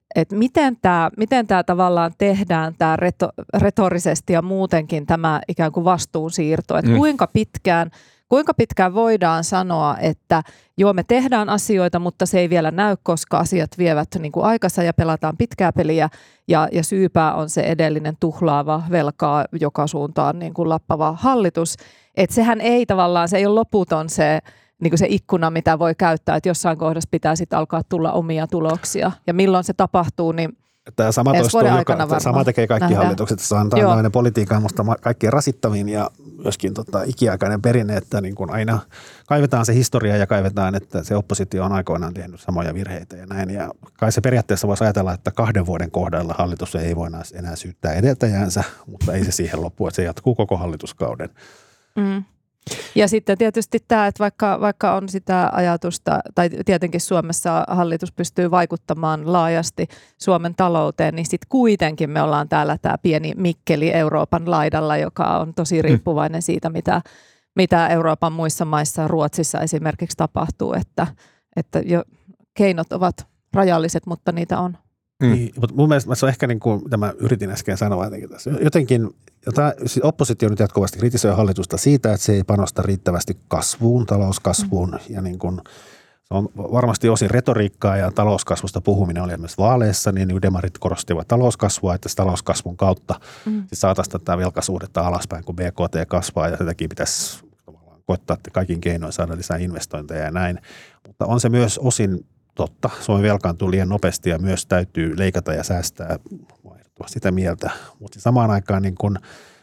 että miten tämä tavallaan tehdään tämä retorisesti ja muutenkin tämä ikään kuin vastuunsiirto, että kuinka pitkään voidaan sanoa, että joo, me tehdään asioita, mutta se ei vielä näy, koska asiat vievät niin kuin aikansa ja pelataan pitkää peliä ja syypää on se edellinen tuhlaava velkaa joka suuntaan niin kuin lappava hallitus. Että sehän ei tavallaan, se ei ole loputon se, niin kuin se ikkuna, mitä voi käyttää, että jossain kohdassa pitää sitten alkaa tulla omia tuloksia. Ja milloin se tapahtuu, niin tämä sama sama tekee kaikki hallitukset. Se on tällainen politiikan musta kaikkien rasittavin ja myöskin ikiaikainen perinne, että niin kuin aina kaivetaan se historia ja kaivetaan, että se oppositio on aikoinaan tehnyt samoja virheitä ja näin. Ja kai se periaatteessa voisi ajatella, että 2 vuoden kohdalla hallitus ei voi enää syyttää edeltäjäänsä, mutta ei se siihen loppu, että se jatkuu koko hallituskauden. Mm. Ja sitten tietysti tämä, että vaikka on sitä ajatusta, tai tietenkin Suomessa hallitus pystyy vaikuttamaan laajasti Suomen talouteen, niin sitten kuitenkin me ollaan täällä tämä pieni Mikkeli Euroopan laidalla, joka on tosi riippuvainen siitä, mitä Euroopan muissa maissa, Ruotsissa esimerkiksi tapahtuu, että jo keinot ovat rajalliset, mutta niitä on. Niin, mutta mun mielestä se on ehkä niin kuin tämä yritin äsken sanoa jotenkin oppositio nyt jatkuvasti kritisoi hallitusta siitä, että se ei panosta riittävästi kasvuun, talouskasvuun ja niin kuin se on varmasti osin retoriikkaa ja talouskasvusta puhuminen oli myös vaaleissa, niin demarit korostivat talouskasvua, että talouskasvun kautta saataisiin tätä velkasuhdetta alaspäin, kun BKT kasvaa ja sitäkin pitäisi koettaa, että kaikin keinoin saada lisää investointeja ja näin, mutta on se myös osin totta. Suomi velkaantuu liian nopeasti ja myös täytyy leikata ja säästää sitä mieltä. Mutta samaan aikaan, niin kun,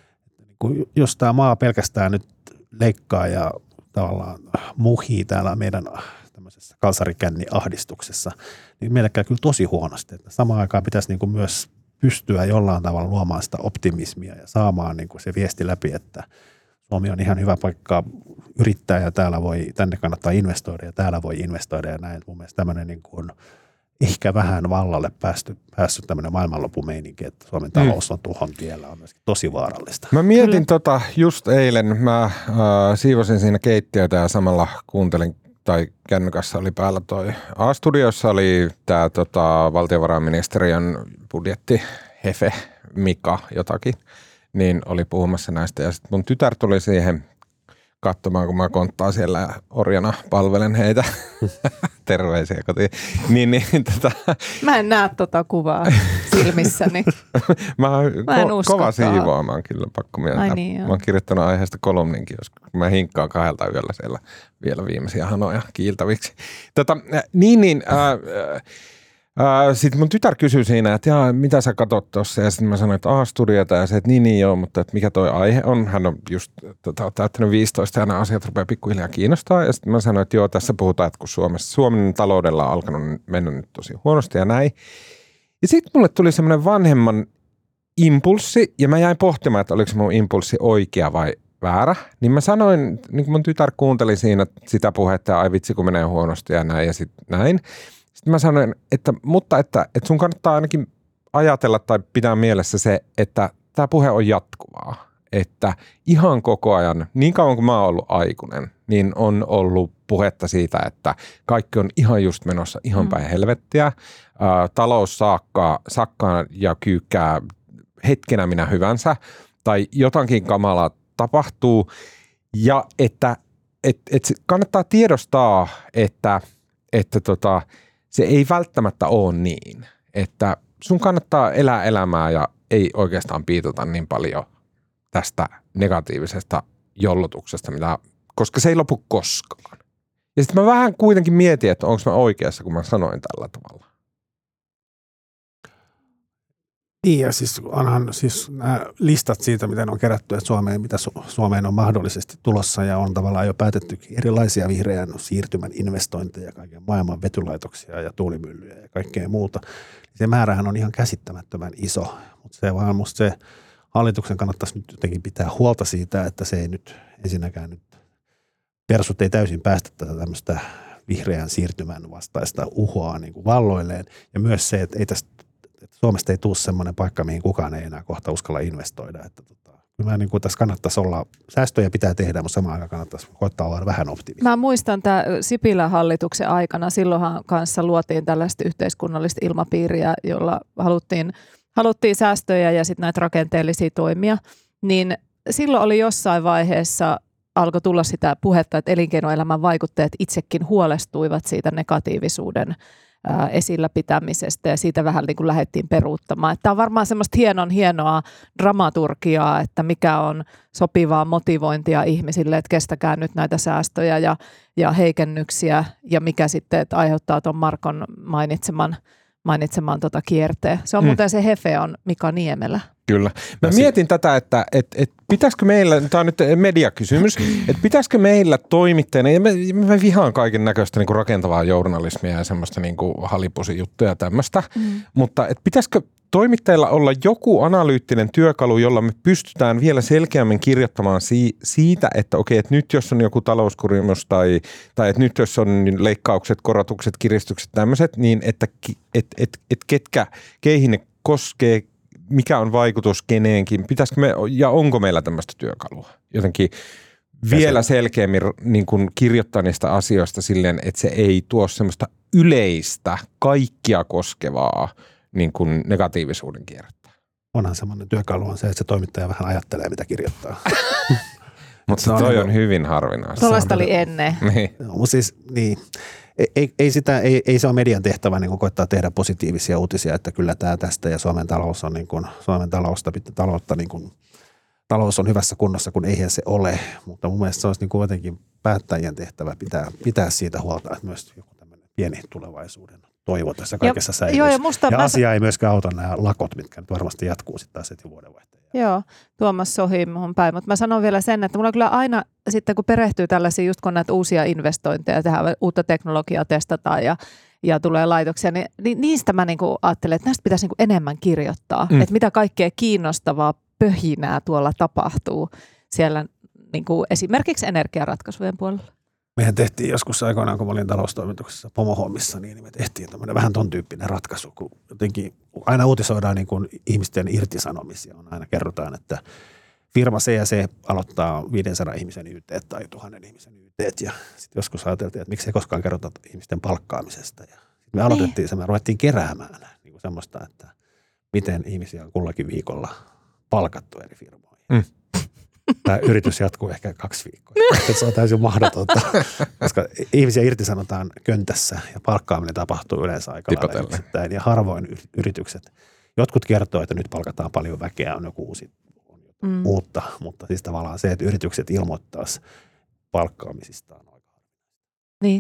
jos tämä maa pelkästään nyt leikkaa ja tavallaan muhii täällä meidän tämmöisessä kalsarikänni-ahdistuksessa, niin meillä käy kyllä tosi huonosti. Että samaan aikaan pitäisi niin kun myös pystyä jollain tavalla luomaan sitä optimismia ja saamaan niin kun se viesti läpi, että Suomi on ihan hyvä paikka yrittää ja tänne kannattaa investoida ja täällä voi investoida ja näin. Mun mielestä tämmöinen niin kuin ehkä vähän vallalle päässyt tämmöinen maailmanlopumeininki, että Suomen talous on tuhon tiellä, on myöskin tosi vaarallista. Mä mietin just eilen, mä siivosin siinä keittiötä ja samalla kuuntelin, tai kännykässä oli päällä toi A-studiossa oli tää valtiovarainministeriön budjettihefe Mika jotakin. Niin oli puhumassa näistä ja sitten mun tytär tuli siihen katsomaan, kun mä konttaan siellä ja orjana palvelen heitä. Terveisiä kotiin. Mä en näe kuvaa silmissäni. mä oon kova siivoamaan kyllä, pakko myöntää. Niin, mä oon kirjoittanut aiheesta kolumninkin, jos mä hinkkaan 2 yöllä siellä vielä viimeisiä hanoja kiiltäviksi. Sitten mun tytär kysyi siinä, että mitä sä katot tuossa, ja sitten mä sanoin, että A-studiota, ja se, että niin joo, mutta että mikä toi aihe on. Hän on just täyttänyt 15 ja nämä asiat rupeaa pikkuhiljaa kiinnostaa, ja sitten mä sanoin, että joo, tässä puhutaan, että kun Suomen taloudella on alkanut mennä nyt tosi huonosti ja näin. Ja sitten mulle tuli semmoinen vanhemman impulssi, ja mä jäin pohtimaan, että oliko se mun impulssi oikea vai väärä. Niin mä sanoin, niin kuin mun tytär kuunteli siinä sitä puhetta, ja ai vitsi kun menee huonosti ja näin, ja sitten näin. Sitten mä sanoin, että sun kannattaa ainakin ajatella tai pitää mielessä se, että tämä puhe on jatkuvaa. Että ihan koko ajan, niin kauan kuin mä oon ollut aikuinen, niin on ollut puhetta siitä, että kaikki on ihan just menossa ihan päin helvettiä. Talous sakkaa ja kyykkää hetkenä minä hyvänsä tai jotakin kamalaa tapahtuu. Ja että kannattaa tiedostaa, että se ei välttämättä ole niin, että sun kannattaa elää elämää ja ei oikeastaan piitota niin paljon tästä negatiivisesta jollotuksesta, koska se ei lopu koskaan. Ja sitten mä vähän kuitenkin mietin, että onko mä oikeassa, kun mä sanoin tällä tavalla. Niin ja onhan nämä listat siitä, miten on kerätty, että mitä Suomeen on mahdollisesti tulossa ja on tavallaan jo päätetty erilaisia vihreän siirtymän investointeja, kaiken maailman vetylaitoksia ja tuulimyllyjä ja kaikkea muuta. Se määrähän on ihan käsittämättömän iso, mutta se vaan musta se hallituksen kannattaisi nyt jotenkin pitää huolta siitä, että se ei nyt ensinnäkään nyt persut ei täysin päästä tätä tämmöistä vihreän siirtymän vastaista uhoa niin kuin valloilleen ja myös se, että Suomesta ei tule semmoinen paikka, mihin kukaan ei enää kohta uskalla investoida. Että Kyllä niin kuin tässä kannattaisi olla, säästöjä pitää tehdä, mutta samaan aikaan kannattaisi koittaa olla vähän optimistinen. Mä muistan tämä Sipilän hallituksen aikana, silloinhan kanssa luotiin tällaista yhteiskunnallista ilmapiiriä, jolla haluttiin säästöjä ja sitten näitä rakenteellisia toimia, niin silloin oli jossain vaiheessa alkoi tulla sitä puhetta, että elinkeinoelämän vaikuttajat itsekin huolestuivat siitä negatiivisuuden esillä pitämisestä ja siitä vähän niin kuin lähdettiin peruuttamaan. Tämä on varmaan semmoista hienoa dramaturgiaa, että mikä on sopivaa motivointia ihmisille, että kestäkää nyt näitä säästöjä ja heikennyksiä ja mikä sitten että aiheuttaa tuon Markon mainitseman kierteen. Se on muuten se hefe on Mika Niemelä. Kyllä. Mä mietin tätä, että pitäisikö meillä, tämä on nyt mediakysymys, että pitäisikö meillä toimittajana, ja mä vihaan kaiken näköistä niin kuin rakentavaa journalismia ja semmoista niin kuin halipusijuttuja ja tämmöistä, mutta että pitäisikö toimittajilla olla joku analyyttinen työkalu, jolla me pystytään vielä selkeämmin kirjoittamaan siitä, että okei, että nyt jos on joku talouskurimus tai että nyt jos on leikkaukset, korotukset, kiristykset, tämmöiset, niin että keihin ne koskee, mikä on vaikutus keneenkin, pitäisikö me, ja onko meillä tämmöistä työkalua jotenkin vielä selkeämmin niin kuin kirjoittaa niistä asioista silleen, että se ei tuo semmoista yleistä, kaikkia koskevaa niin kuin negatiivisuuden kierrettä. Onhan semmoinen työkalu on se, että se toimittaja vähän ajattelee, mitä kirjoittaa. Mutta toi on hyvin harvinaista. Tuollaista oli ennen. Niin. No, mutta siis, niin. Ei se ole median tehtävä niin koittaa tehdä positiivisia uutisia, että kyllä tämä tästä ja Suomen talous on niin kuin, talous on hyvässä kunnossa, kun eihän se ole. Mutta mun mielestä se olisi niin kuin jotenkin päättäjien tehtävä pitää siitä huolta, että myös joku tämmöinen pieni tulevaisuuden toivo tässä kaikessa säilyisi. Ja asia ei myöskään auta nämä lakot, mitkä nyt varmasti jatkuu sitten taas heti vuodenvaihteen. Joo, Tuomas Sohi on päin. Mutta mä sanon vielä sen, että mulla kyllä aina sitten kun perehtyy tällaisiin, just kun näitä uusia investointeja, tehdään uutta teknologiaa, testataan ja tulee laitoksia, niin niistä mä niinku ajattelen, että näistä pitäisi niinku enemmän kirjoittaa. Että mitä kaikkea kiinnostavaa pöhinää tuolla tapahtuu siellä niinku esimerkiksi energiaratkaisujen puolella. Mehän tehtiin joskus aikoinaan, kun mä olin taloustoimituksessa pomohommissa, niin me tehtiin tämmöinen vähän ton tyyppinen ratkaisu, kun jotenkin aina uutisoidaan niin kuin ihmisten irtisanomisia. Aina kerrotaan, että firma C ja C aloittaa 500 ihmisen YT tai 1000 ihmisen YT. Ja sitten joskus ajateltiin, että miksi ei koskaan kerrota ihmisten palkkaamisesta. Ja me aloitettiin se, me ruvettiin keräämään niin kuin semmoista, että miten ihmisiä on kullakin viikolla palkattu eri firmoihin. Tämä yritys jatkuu ehkä 2 viikkoa. Se on täysin mahdotonta, koska ihmisiä irtisanotaan köntässä ja palkkaaminen tapahtuu yleensä aika lailla yksittäin. Ja harvoin yritykset, jotkut kertoo, että nyt palkataan paljon väkeä, on joku uutta, mutta siis tavallaan se, että yritykset ilmoittaisi palkkaamisistaan. Niin.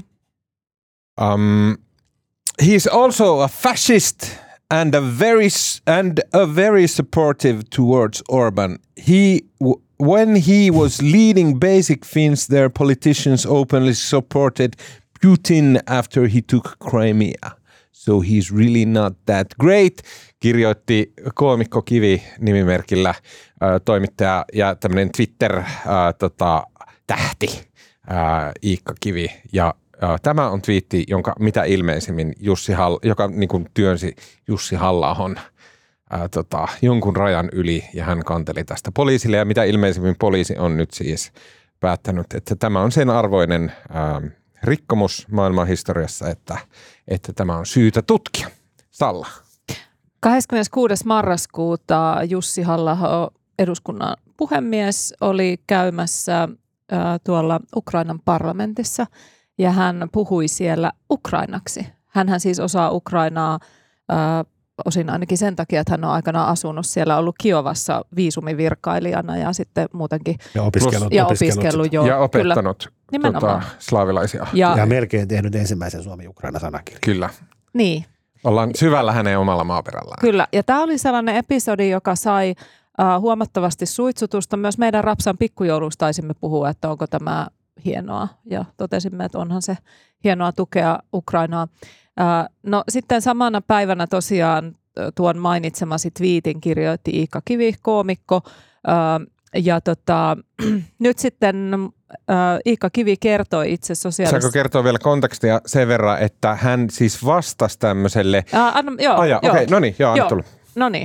He's also a fascist and a very supportive towards Orban. When he was leading Basic Finns, their politicians openly supported Putin after he took Crimea. So he's really not that great, kirjoitti koomikko Kivi nimimerkillä toimittaja ja tämmöinen Twitter-tähti Iikka Kivi. Ja tämä on twiitti, jonka mitä ilmeisimmin joka niin kuin työnsi Jussi Halla-ahon jonkun rajan yli ja hän kanteli tästä poliisille ja mitä ilmeisimmin poliisi on nyt siis päättänyt, että tämä on sen arvoinen rikkomus maailman historiassa, että tämä on syytä tutkia. Salla. 26. marraskuuta Jussi Halla-aho, eduskunnan puhemies, oli käymässä tuolla Ukrainan parlamentissa ja hän puhui siellä ukrainaksi. Hänhän siis osaa Ukrainaa osin ainakin sen takia, että hän on aikanaan asunut siellä, ollut Kiovassa viisumivirkailijana ja sitten muutenkin. Ja opiskellut. Ja opettanut slaavilaisia. Ja melkein tehnyt ensimmäisen Suomi-Ukraina-sanakirjan. Kyllä. Niin. Ollaan syvällä hänen omalla maaperällään. Kyllä. Ja tämä oli sellainen episodi, joka sai huomattavasti suitsutusta. Myös meidän Rapsan pikkujoulusta taisimme puhua, että onko tämä hienoa. Ja totesimme, että onhan se hienoa tukea Ukrainaa. No sitten samana päivänä tosiaan tuon mainitsemasi twiitin kirjoitti Iikka Kivi, koomikko. Ja nyt sitten Iikka Kivi kertoi itse sosiaalisessa... Saanko kertoa vielä kontekstia sen verran, että hän siis vastasi tämmöiselle... Joo. Okei, no niin, anna tulla. No niin.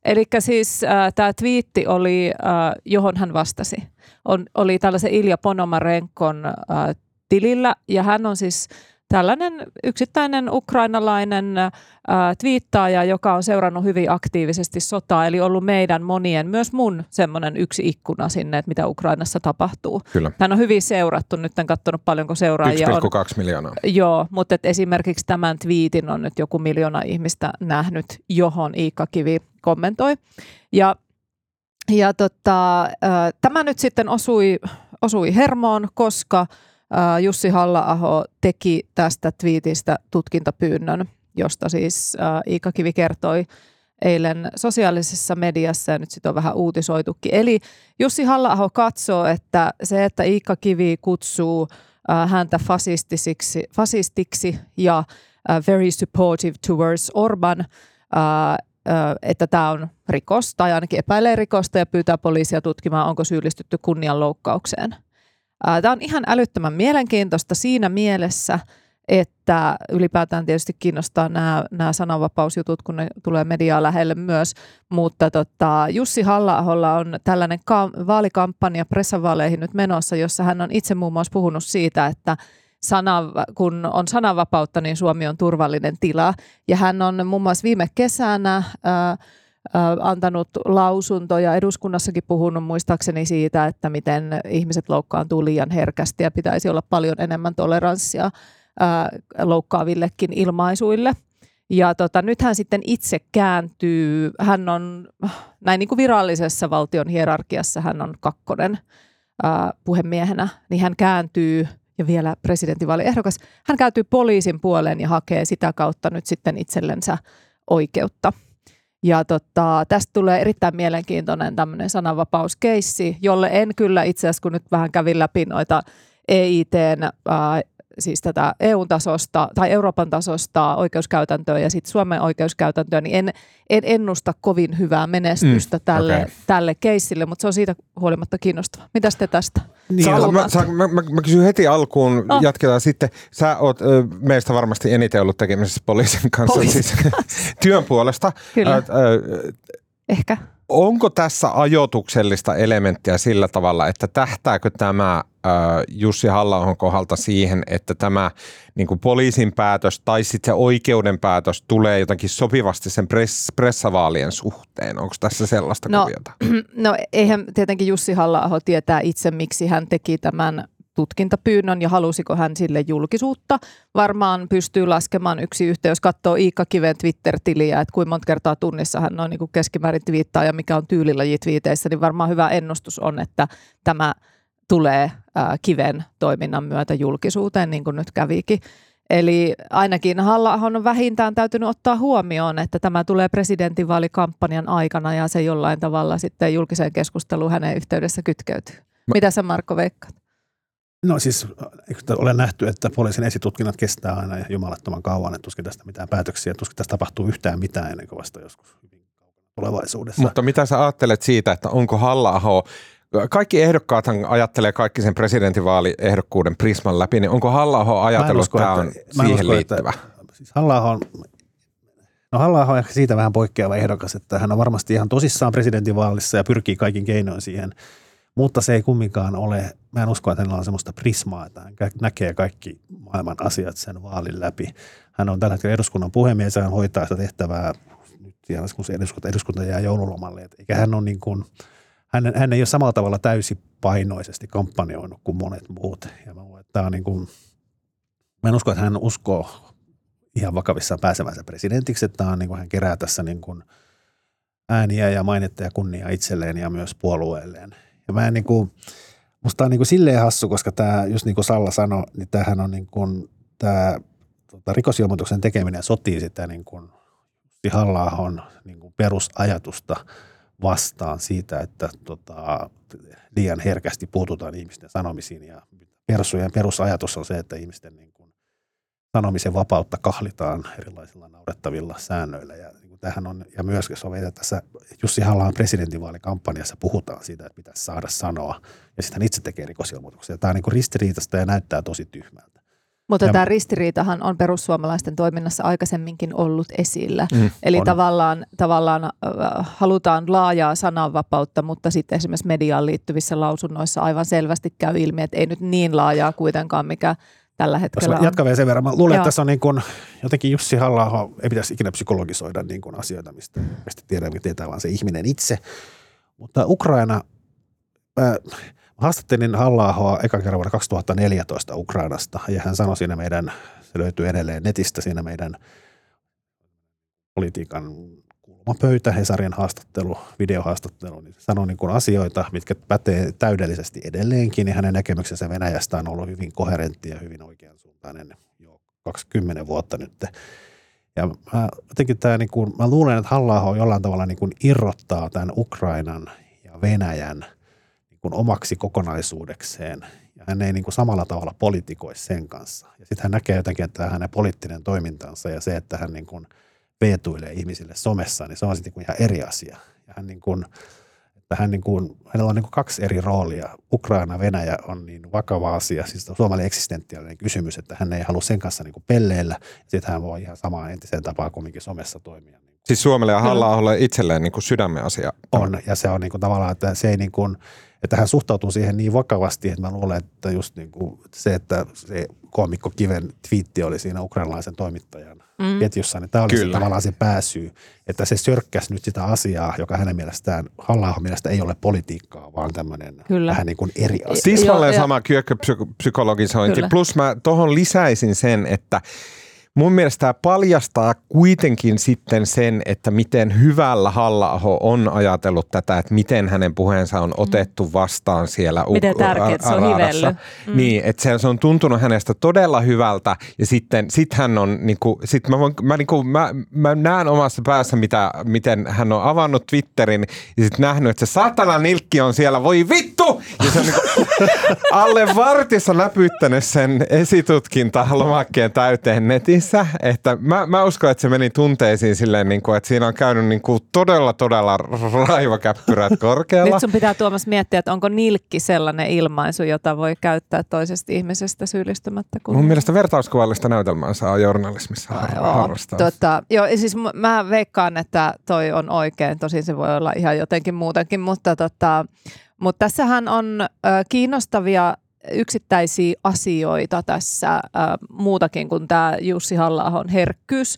Eli siis tämä twiitti oli, johon hän vastasi, oli tällaisen Ilja Ponomarenkon tilillä, ja hän on siis tällainen yksittäinen ukrainalainen twiittaaja, joka on seurannut hyvin aktiivisesti sotaa, eli ollut meidän monien, myös mun semmoinen yksi ikkuna sinne, että mitä Ukrainassa tapahtuu. Kyllä. Hän on hyvin seurattu, nyt en katsonut paljonko seuraajia 1,2 on. miljoonaa. Joo, mutta esimerkiksi tämän twiitin on nyt joku 1 miljoona ihmistä nähnyt, johon Iikka Kivi kommentoi. Tämä nyt sitten osui hermoon, koska Jussi Halla-aho teki tästä twiitistä tutkintapyynnön, josta siis Iikka Kivi kertoi eilen sosiaalisessa mediassa, ja nyt sitten on vähän uutisoitukin. Eli Jussi Halla-aho katsoo, että se, että Iikka Kivi kutsuu häntä fasistiksi ja very supportive towards Orban, että tämä on rikos, tai ainakin epäilee rikosta ja pyytää poliisia tutkimaan, onko syyllistytty kunnianloukkaukseen. Tämä on ihan älyttömän mielenkiintoista siinä mielessä, että ylipäätään tietysti kiinnostaa nämä sananvapausjutut, kun ne tulee mediaa lähelle myös, mutta Jussi Halla-aholla on tällainen vaalikampanja pressavaaleihin nyt menossa, jossa hän on itse muun muassa puhunut siitä, että kun on sananvapautta, niin Suomi on turvallinen tila, ja hän on muun muassa viime kesänä antanut lausuntoja, eduskunnassakin puhunut muistaakseni siitä, että miten ihmiset loukkaantuu liian herkästi ja pitäisi olla paljon enemmän toleranssia loukkaavillekin ilmaisuille. Ja nyt hän sitten itse kääntyy, hän on näin niin kuin virallisessa valtion hierarkiassa, hän on 2. puhemiehenä, niin hän kääntyy, ja vielä presidentinvaaliehdokas, hän kääntyy poliisin puoleen ja hakee sitä kautta nyt sitten itsellensä oikeutta. Ja tästä tulee erittäin mielenkiintoinen tämmöinen sananvapauskeissi, jolle en kyllä itse asiassa, kun nyt vähän kävin läpi noita EIT:n, siis tätä EU-tasosta tai Euroopan tasosta oikeuskäytäntöä ja sitten Suomen oikeuskäytäntöä, niin en ennusta kovin hyvää menestystä tälle keissille, mutta se on siitä huolimatta kiinnostavaa. Mitäs te tästä? Niin, mä kysyn heti alkuun, jatketaan sitten. Sä oot meistä varmasti eniten ollut tekemisessä poliisin kanssa, siis työn puolesta. Kyllä. Ehkä. Onko tässä ajoituksellista elementtiä sillä tavalla, että tähtääkö tämä Jussi Halla-ahon kohdalta siihen, että tämä niin kuin poliisin päätös tai sitten se oikeuden päätös tulee jotenkin sopivasti sen pressavaalien suhteen? Onko tässä sellaista kuviota? No eihän tietenkin Jussi Halla-aho tietää itse, miksi hän teki tämän tutkintapyynnön ja halusiko hän sille julkisuutta. Varmaan pystyy laskemaan yksi yhteen, jos katsoo Iikka Kiven Twitter-tiliä, että kuinka monta kertaa tunnissa hän on niin kuin keskimäärin twiittaa ja mikä on tyylilaji twiiteissä, niin varmaan hyvä ennustus on, että tämä tulee Kiven toiminnan myötä julkisuuteen, niin kuin nyt kävikin. Eli ainakin Halla-ahon on vähintään täytynyt ottaa huomioon, että tämä tulee presidentinvaalikampanjan aikana ja se jollain tavalla sitten julkiseen keskusteluun hänen yhteydessä kytkeytyy. Mitä sä, Marko, veikkaat? No siis olen nähty, että poliisin esitutkinnat kestää aina jumalattoman kauan, että tuskin tästä mitään päätöksiä, tuskin tästä tapahtuu yhtään mitään ennen kuin vasta joskus hyvin kaukana tulevaisuudessa. Mutta mitä sä ajattelet siitä, että onko Halla-aho, kaikki ehdokkaathan ajattelee kaikki sen presidentinvaaliehdokkuuden prisman läpi, niin onko Halla-aho ajatellut, että tämä on siihen liittyvä? Siis Halla-aho on ehkä siitä vähän poikkeava ehdokas, että hän on varmasti ihan tosissaan presidentinvaalissa ja pyrkii kaikin keinoin siihen. Mutta se ei kumminkaan ole, mä en usko, että hänellä on semmoista prismaa, että hän näkee kaikki maailman asiat sen vaalin läpi. Hän on tällä hetkellä eduskunnan puhemies ja hän hoitaa sitä tehtävää nyt, kun eduskunta jää joululomalle. Eikä hän on niin kuin, hän ei ole samalla tavalla täysipainoisesti kampanjoinut kuin monet muut. Ja mä luulen, että tämä on niin kuin, mä en usko, että hän uskoo ihan vakavissaan pääsevänsä presidentiksi, että on niin kuin, hän kerää tässä niin kuin ääniä ja mainetta ja kunniaa itselleen ja myös puolueelleen. Ja mä en niin kuin, musta on niin kuin silleen hassu, koska tämä, just niin kuin Salla sanoi, niin tämähän on niin kuin, tämä rikosilmoituksen tekeminen sotii sitä niin kuin Halla-ahon niin kuin perusajatusta vastaan siitä, että liian herkästi puututaan ihmisten sanomisiin. Ja persujen perusajatus on se, että ihmisten niin kuin sanomisen vapautta kahlitaan erilaisilla naurettavilla säännöillä. Ja tähän on, ja myöskin tässä Jussi Halla-ahon presidentinvaalikampanjassa puhutaan siitä, että pitäisi saada sanoa, ja sitten hän itse tekee rikosilmoituksia. Tämä on niin kuin ristiriitaista ja näyttää tosi tyhmältä. Mutta tämä ristiriitahan on perussuomalaisten toiminnassa aikaisemminkin ollut esillä. Eli tavallaan halutaan laajaa sananvapautta, mutta sitten esimerkiksi mediaan liittyvissä lausunnoissa aivan selvästi käy ilmi, että ei nyt niin laajaa kuitenkaan, mikä tällä hetkellä on. Jatkan vielä sen verran. Mä luulen, että tässä on niin kuin, jotenkin Jussi Halla-aho ei pitäisi ikinä psykologisoida niin kuin asioita, mistä tietää vaan se ihminen itse. Mutta Ukraina, haastattelin Halla-ahoa ekan kerran vuonna 2014 Ukrainasta ja hän sanoi siinä se löytyy edelleen netistä siinä meidän politiikan kulmapöytä, Hesarin haastattelu, videohaastattelu, niin sanoi niin kuin asioita, mitkä pätee täydellisesti edelleenkin, ja hänen näkemyksensä Venäjästä on ollut hyvin koherentti ja hyvin oikeansuuntainen jo 20 vuotta nyt. Ja mä luulen, että Halla-aho jollain tavalla niin kuin irrottaa tämän Ukrainan ja Venäjän niin kuin omaksi kokonaisuudekseen, ja hän ei niin kuin samalla tavalla politikoi sen kanssa. Ja sitten hän näkee jotenkin, että hänen poliittinen toimintansa ja se, että hän niin kuin veetuilee ihmisille somessa, niin se on sitten niin ihan eri asia. Ja hänellä on niin kuin kaksi eri roolia. Ukraina, Venäjä on niin vakava asia, siis Suomelle eksistentiaalinen kysymys, että hän ei halua sen kanssa niin kuin pelleillä. Sitten hän voi ihan samaan entiseen tapaan kumminkin somessa toimia. Siis Suomelle ja Halla-aholle itselleen niin kuin sydämen asia. On, ja se on niin kuin tavallaan, että se ei niin kuin, että hän suhtautuu siihen niin vakavasti, että mä luulen, että just niin kuin se, että se koomikko Kiven twiitti oli siinä ukrainalaisen toimittajan ketjussa, niin tämä oli se, tavallaan se pääsyy, että se sörkkäsi nyt sitä asiaa, joka hänen mielestään, Halla-ahon mielestä ei ole politiikkaa, vaan tämmöinen vähän niin kuin eri asia. Tismalleen sama kyökköpsykologisointi. Plus mä tohon lisäisin sen, että mun mielestä tämä paljastaa kuitenkin sitten sen, että miten hyvällä Halla-aho on ajatellut tätä, että miten hänen puheensa on otettu vastaan siellä miten tärkeää se on hivellyt. Niin, että se on tuntunut hänestä todella hyvältä ja sitten hän on niinku, mä näen omassa päässä miten hän on avannut Twitterin ja sitten nähnyt, että se satana nilkki on siellä, voi vittu! Ja se on niinku alle vartissa läpyttänyt sen esitutkinta-lomakkeen täyteen netissä. Että mä uskon, että se meni tunteisiin silleen, niin kuin, että siinä on käynyt niin kuin todella raivakäppyrät korkealla. Nyt sun pitää Tuomas miettiä, että onko nilkki sellainen ilmaisu, jota voi käyttää toisesta ihmisestä syyllistymättä. Mun mielestä vertauskuvallista näytelmää saa journalismissa harrastaa. Joo, siis mä veikkaan, että toi on oikein. Tosin se voi olla ihan jotenkin muutenkin, mutta tässähän on kiinnostavia yksittäisiä asioita tässä muutakin kuin tämä Jussi Halla-ahon herkkyys.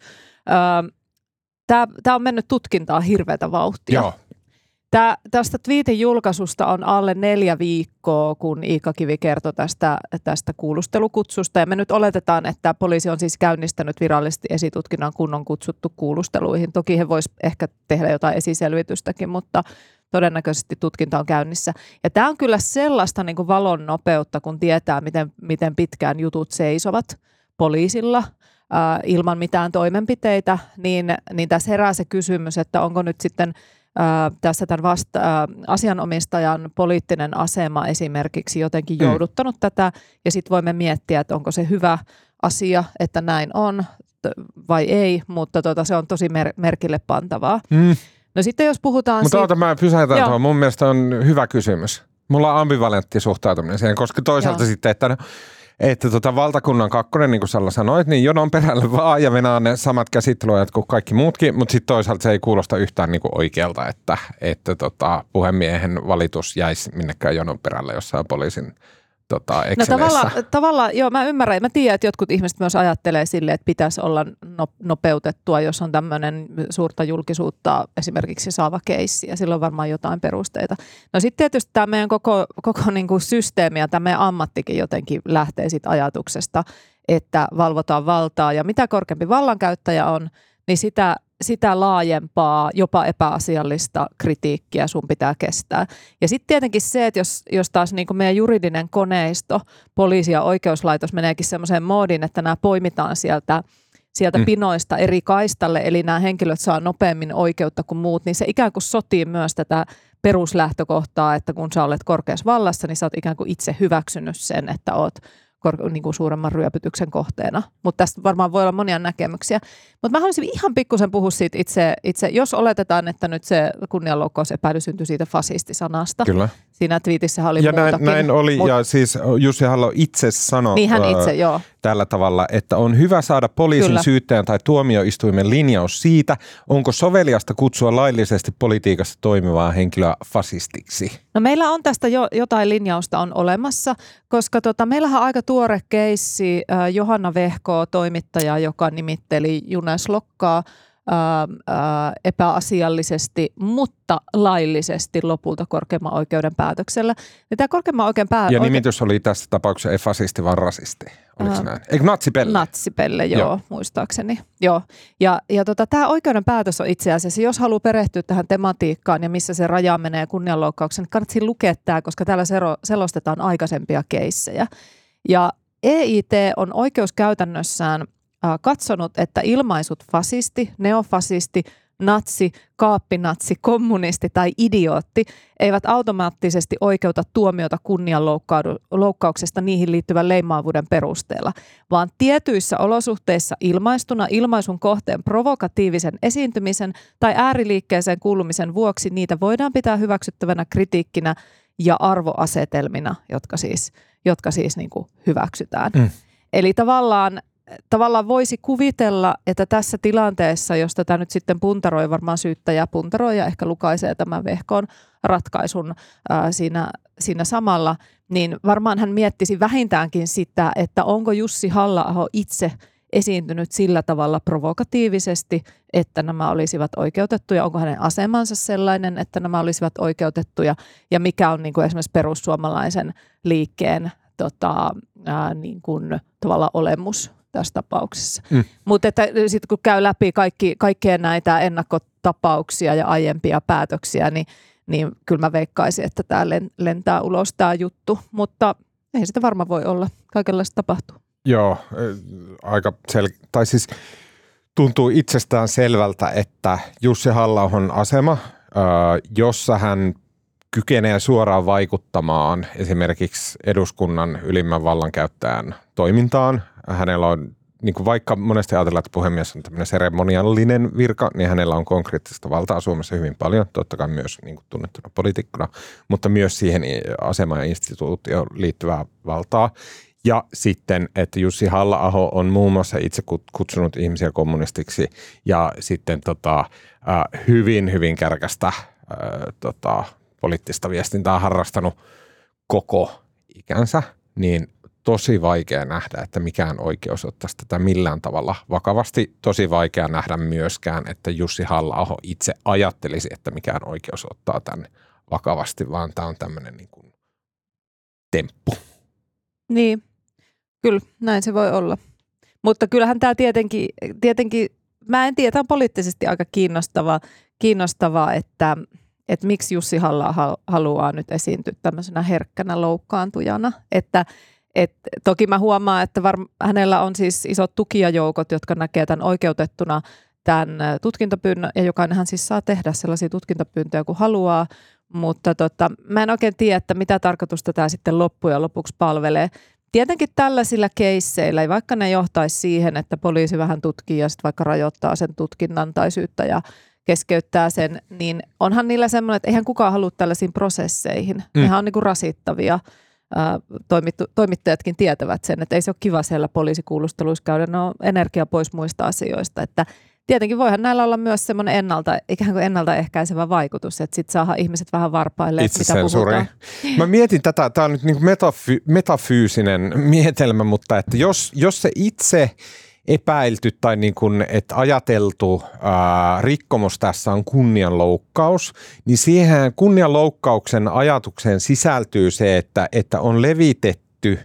Tämä on mennyt tutkintaan hirveätä vauhtia. Joo. Tästä twiitin julkaisusta on alle 4 viikkoa, kun Iikka Kivi kertoi tästä kuulustelukutsusta. Ja me nyt oletetaan, että poliisi on siis käynnistänyt virallisesti esitutkinnan, kun on kutsuttu kuulusteluihin. Toki he vois ehkä tehdä jotain esiselvitystäkin, mutta todennäköisesti tutkinta on käynnissä. Ja tämä on kyllä sellaista niin kuin valon nopeutta, kun tietää, miten pitkään jutut seisovat poliisilla ilman mitään toimenpiteitä, niin tässä herää se kysymys, että onko nyt sitten tässä tämän asianomistajan poliittinen asema esimerkiksi jotenkin jouduttanut tätä, ja sitten voimme miettiä, että onko se hyvä asia, että näin on vai ei, mutta se on tosi merkille pantavaa. No sitten jos puhutaan mutta mä pysäytän tuohon. Mun mielestä on hyvä kysymys. Mulla on ambivalentti suhtautuminen siihen, koska toisaalta sitten, että valtakunnan kakkonen, niin kuin Salla sanoit, niin jonon perälle vaan ja venää ne samat käsittelyajat kuin kaikki muutkin, mutta sitten toisaalta se ei kuulosta yhtään niin kuin oikealta, että puhemiehen valitus jäisi minnekään jonon perälle jossain poliisin Exceleissä. No tavallaan, joo, mä ymmärrän. Mä tiedän, että jotkut ihmiset myös ajattelee silleen, että pitäisi olla nopeutettua, jos on tämmöinen suurta julkisuutta esimerkiksi saava keissi, ja silloin varmaan jotain perusteita. No sitten tietysti tämä meidän koko niin kuin systeemi ja tämä meidän ammattikin jotenkin lähtee siitä ajatuksesta, että valvotaan valtaa, ja mitä korkeampi vallankäyttäjä on, niin sitä laajempaa, jopa epäasiallista kritiikkiä sun pitää kestää. Ja sitten tietenkin se, että jos taas niin kuin meidän juridinen koneisto, poliisi ja oikeuslaitos meneekin semmoiseen moodiin, että nämä poimitaan sieltä pinoista eri kaistalle, eli nämä henkilöt saa nopeammin oikeutta kuin muut, niin se ikään kuin sotii myös tätä peruslähtökohtaa, että kun sä olet korkeassa vallassa, niin sä oot ikään kuin itse hyväksynyt sen, että oot niin kuin suuremman ryöpytyksen kohteena. Mutta tästä varmaan voi olla monia näkemyksiä. Mutta mä haluaisin ihan pikkusen puhua siitä itse, jos oletetaan, että nyt se kunnianloukkausepäily syntyi siitä fasistisanasta. Kyllä. Siinä twiitissä oli ja muutakin. näin oli, ja siis Jussi Halla itse sanoi niin hän itse, joo. tällä tavalla, että on hyvä saada poliisin, Kyllä. syyttäjän tai tuomioistuimen linjaus siitä, onko soveliasta kutsua laillisesti politiikassa toimivaa henkilöä fasistiksi. No meillä on tästä jotain linjausta on olemassa, koska meillähän on aika tuore keissi Johanna Vehko, toimittaja, joka nimitteli Junes Lokkaa epäasiallisesti, mutta laillisesti lopulta korkeimman oikeuden päätöksellä. Ja tämä korkeimman oikeuden Ja nimitys oli tässä tapauksessa ei fasisti, vaan rasisti. Oliko näin? Eikö natsipelle? Natsipelle, joo, muistaakseni. Joo. Ja tämä oikeuden päätös on itse asiassa, jos haluaa perehtyä tähän tematiikkaan ja missä se raja menee kunnianloukkauksen, niin kannattaa lukea tämä, koska täällä selostetaan aikaisempia keissejä. Ja EIT on oikeuskäytännössään katsonut, että ilmaisut fasisti, neofasisti, natsi, kaappinatsi, kommunisti tai idiootti eivät automaattisesti oikeuta tuomiota kunnianloukkauksesta niihin liittyvän leimaavuuden perusteella, vaan tietyissä olosuhteissa ilmaistuna ilmaisun kohteen provokatiivisen esiintymisen tai ääriliikkeeseen kuulumisen vuoksi niitä voidaan pitää hyväksyttävänä kritiikkinä ja arvoasetelmina, jotka siis niin kuin hyväksytään. Eli tavallaan voisi kuvitella, että tässä tilanteessa, jos tätä nyt sitten puntaroi, varmaan syyttäjä puntaroi ja ehkä lukaisee tämän Vehkon ratkaisun siinä samalla, niin varmaan hän miettisi vähintäänkin sitä, että onko Jussi Halla-aho itse esiintynyt sillä tavalla provokatiivisesti, että nämä olisivat oikeutettuja, onko hänen asemansa sellainen, että nämä olisivat oikeutettuja ja mikä on niin kuin esimerkiksi perussuomalaisen liikkeen niin kuin tavallaan olemus tässä tapauksessa. Mutta sitten kun käy läpi kaikkea näitä ennakkotapauksia ja aiempia päätöksiä, niin kyllä mä veikkaisin, että tämä lentää ulos tämä juttu, mutta ei sitä varmaan voi olla. Kaikenlaista tapahtuu. Joo, aika tai siis tuntuu itsestään selvältä, että Jussi Halla-ahon asema, jossa hän kykenee suoraan vaikuttamaan esimerkiksi eduskunnan ylimmän vallankäyttäjän toimintaan. Hänellä on, niin kuin vaikka monesti ajatellaan, että puhemies on tämmöinen seremoniallinen virka, niin hänellä on konkreettista valtaa Suomessa hyvin paljon, totta kai myös niin kuin tunnettuna poliitikkona, mutta myös siihen asemaan ja instituutioon liittyvää valtaa. Ja sitten, että Jussi Halla-aho on muun muassa itse kutsunut ihmisiä kommunistiksi ja sitten hyvin, hyvin kärkästä poliittista viestintää harrastanut koko ikänsä, niin tosi vaikea nähdä, että mikään oikeus ottaisi tätä millään tavalla vakavasti. Tosi vaikea nähdä myöskään, että Jussi Halla-aho itse ajattelisi, että mikään oikeus ottaa tämän vakavasti, vaan tämä on tämmöinen niin kuin temppu. Niin, kyllä näin se voi olla. Mutta kyllähän tämä tietenkin mä en tiedä, tämä on poliittisesti aika kiinnostavaa että miksi Jussi Halla haluaa nyt esiintyä tämmöisenä herkkänä loukkaantujana. Toki mä huomaan, että hänellä on siis isot tukijajoukot, jotka näkee tämän oikeutettuna tämän tutkintapyynnön, ja jokainenhan siis saa tehdä sellaisia tutkintapyyntöjä kuin haluaa, mutta mä en oikein tiedä, että mitä tarkoitusta tämä sitten loppujen lopuksi palvelee. Tietenkin tällaisilla keisseillä, vaikka ne johtaisi siihen, että poliisi vähän tutkii ja sitten vaikka rajoittaa sen tutkinnan tai syyttäjä keskeyttää sen, niin onhan niillä semmoinen, että eihän kukaan halua tällaisiin prosesseihin. Nehän on niin kuin rasittavia. Toimittajatkin tietävät sen, että ei se ole kiva siellä poliisikuulusteluissa käydä, ne on energia pois muista asioista. Että tietenkin voihan näillä olla myös semmoinen ikään kuin ennaltaehkäisevä vaikutus, että sitten saadaan ihmiset vähän varpaille, mitä puhutaan. Mä mietin tätä, tämä on nyt niin metafyysinen mietelmä, mutta että jos se itse epäilty tai niin kuin, että ajateltu rikkomus tässä on kunnianloukkaus, niin siihen kunnianloukkauksen ajatukseen sisältyy se, että on levitetty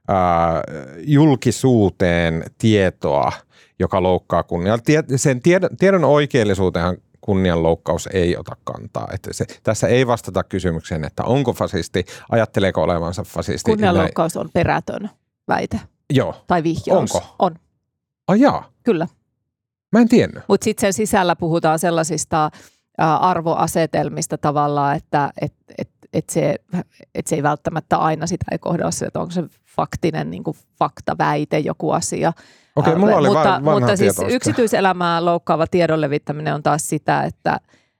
julkisuuteen tietoa, joka loukkaa sen tiedon oikeellisuuteen kunnianloukkaus ei ota kantaa. Että tässä ei vastata kysymykseen, että onko fasisti, ajatteleeko olevansa fasisti. Kunnianloukkaus on perätön väite. Joo. Tai vihjaus. Onko? On. Jaa. Kyllä. Mä en tiennyt. Mutta sitten sen sisällä puhutaan sellaisista arvoasetelmista tavallaan, että se ei välttämättä aina sitä ei kohdella se, että onko se faktinen niin kuin faktaväite joku asia. Okei, mulla oli mutta siis yksityiselämää loukkaava tiedon levittäminen on taas sitä, että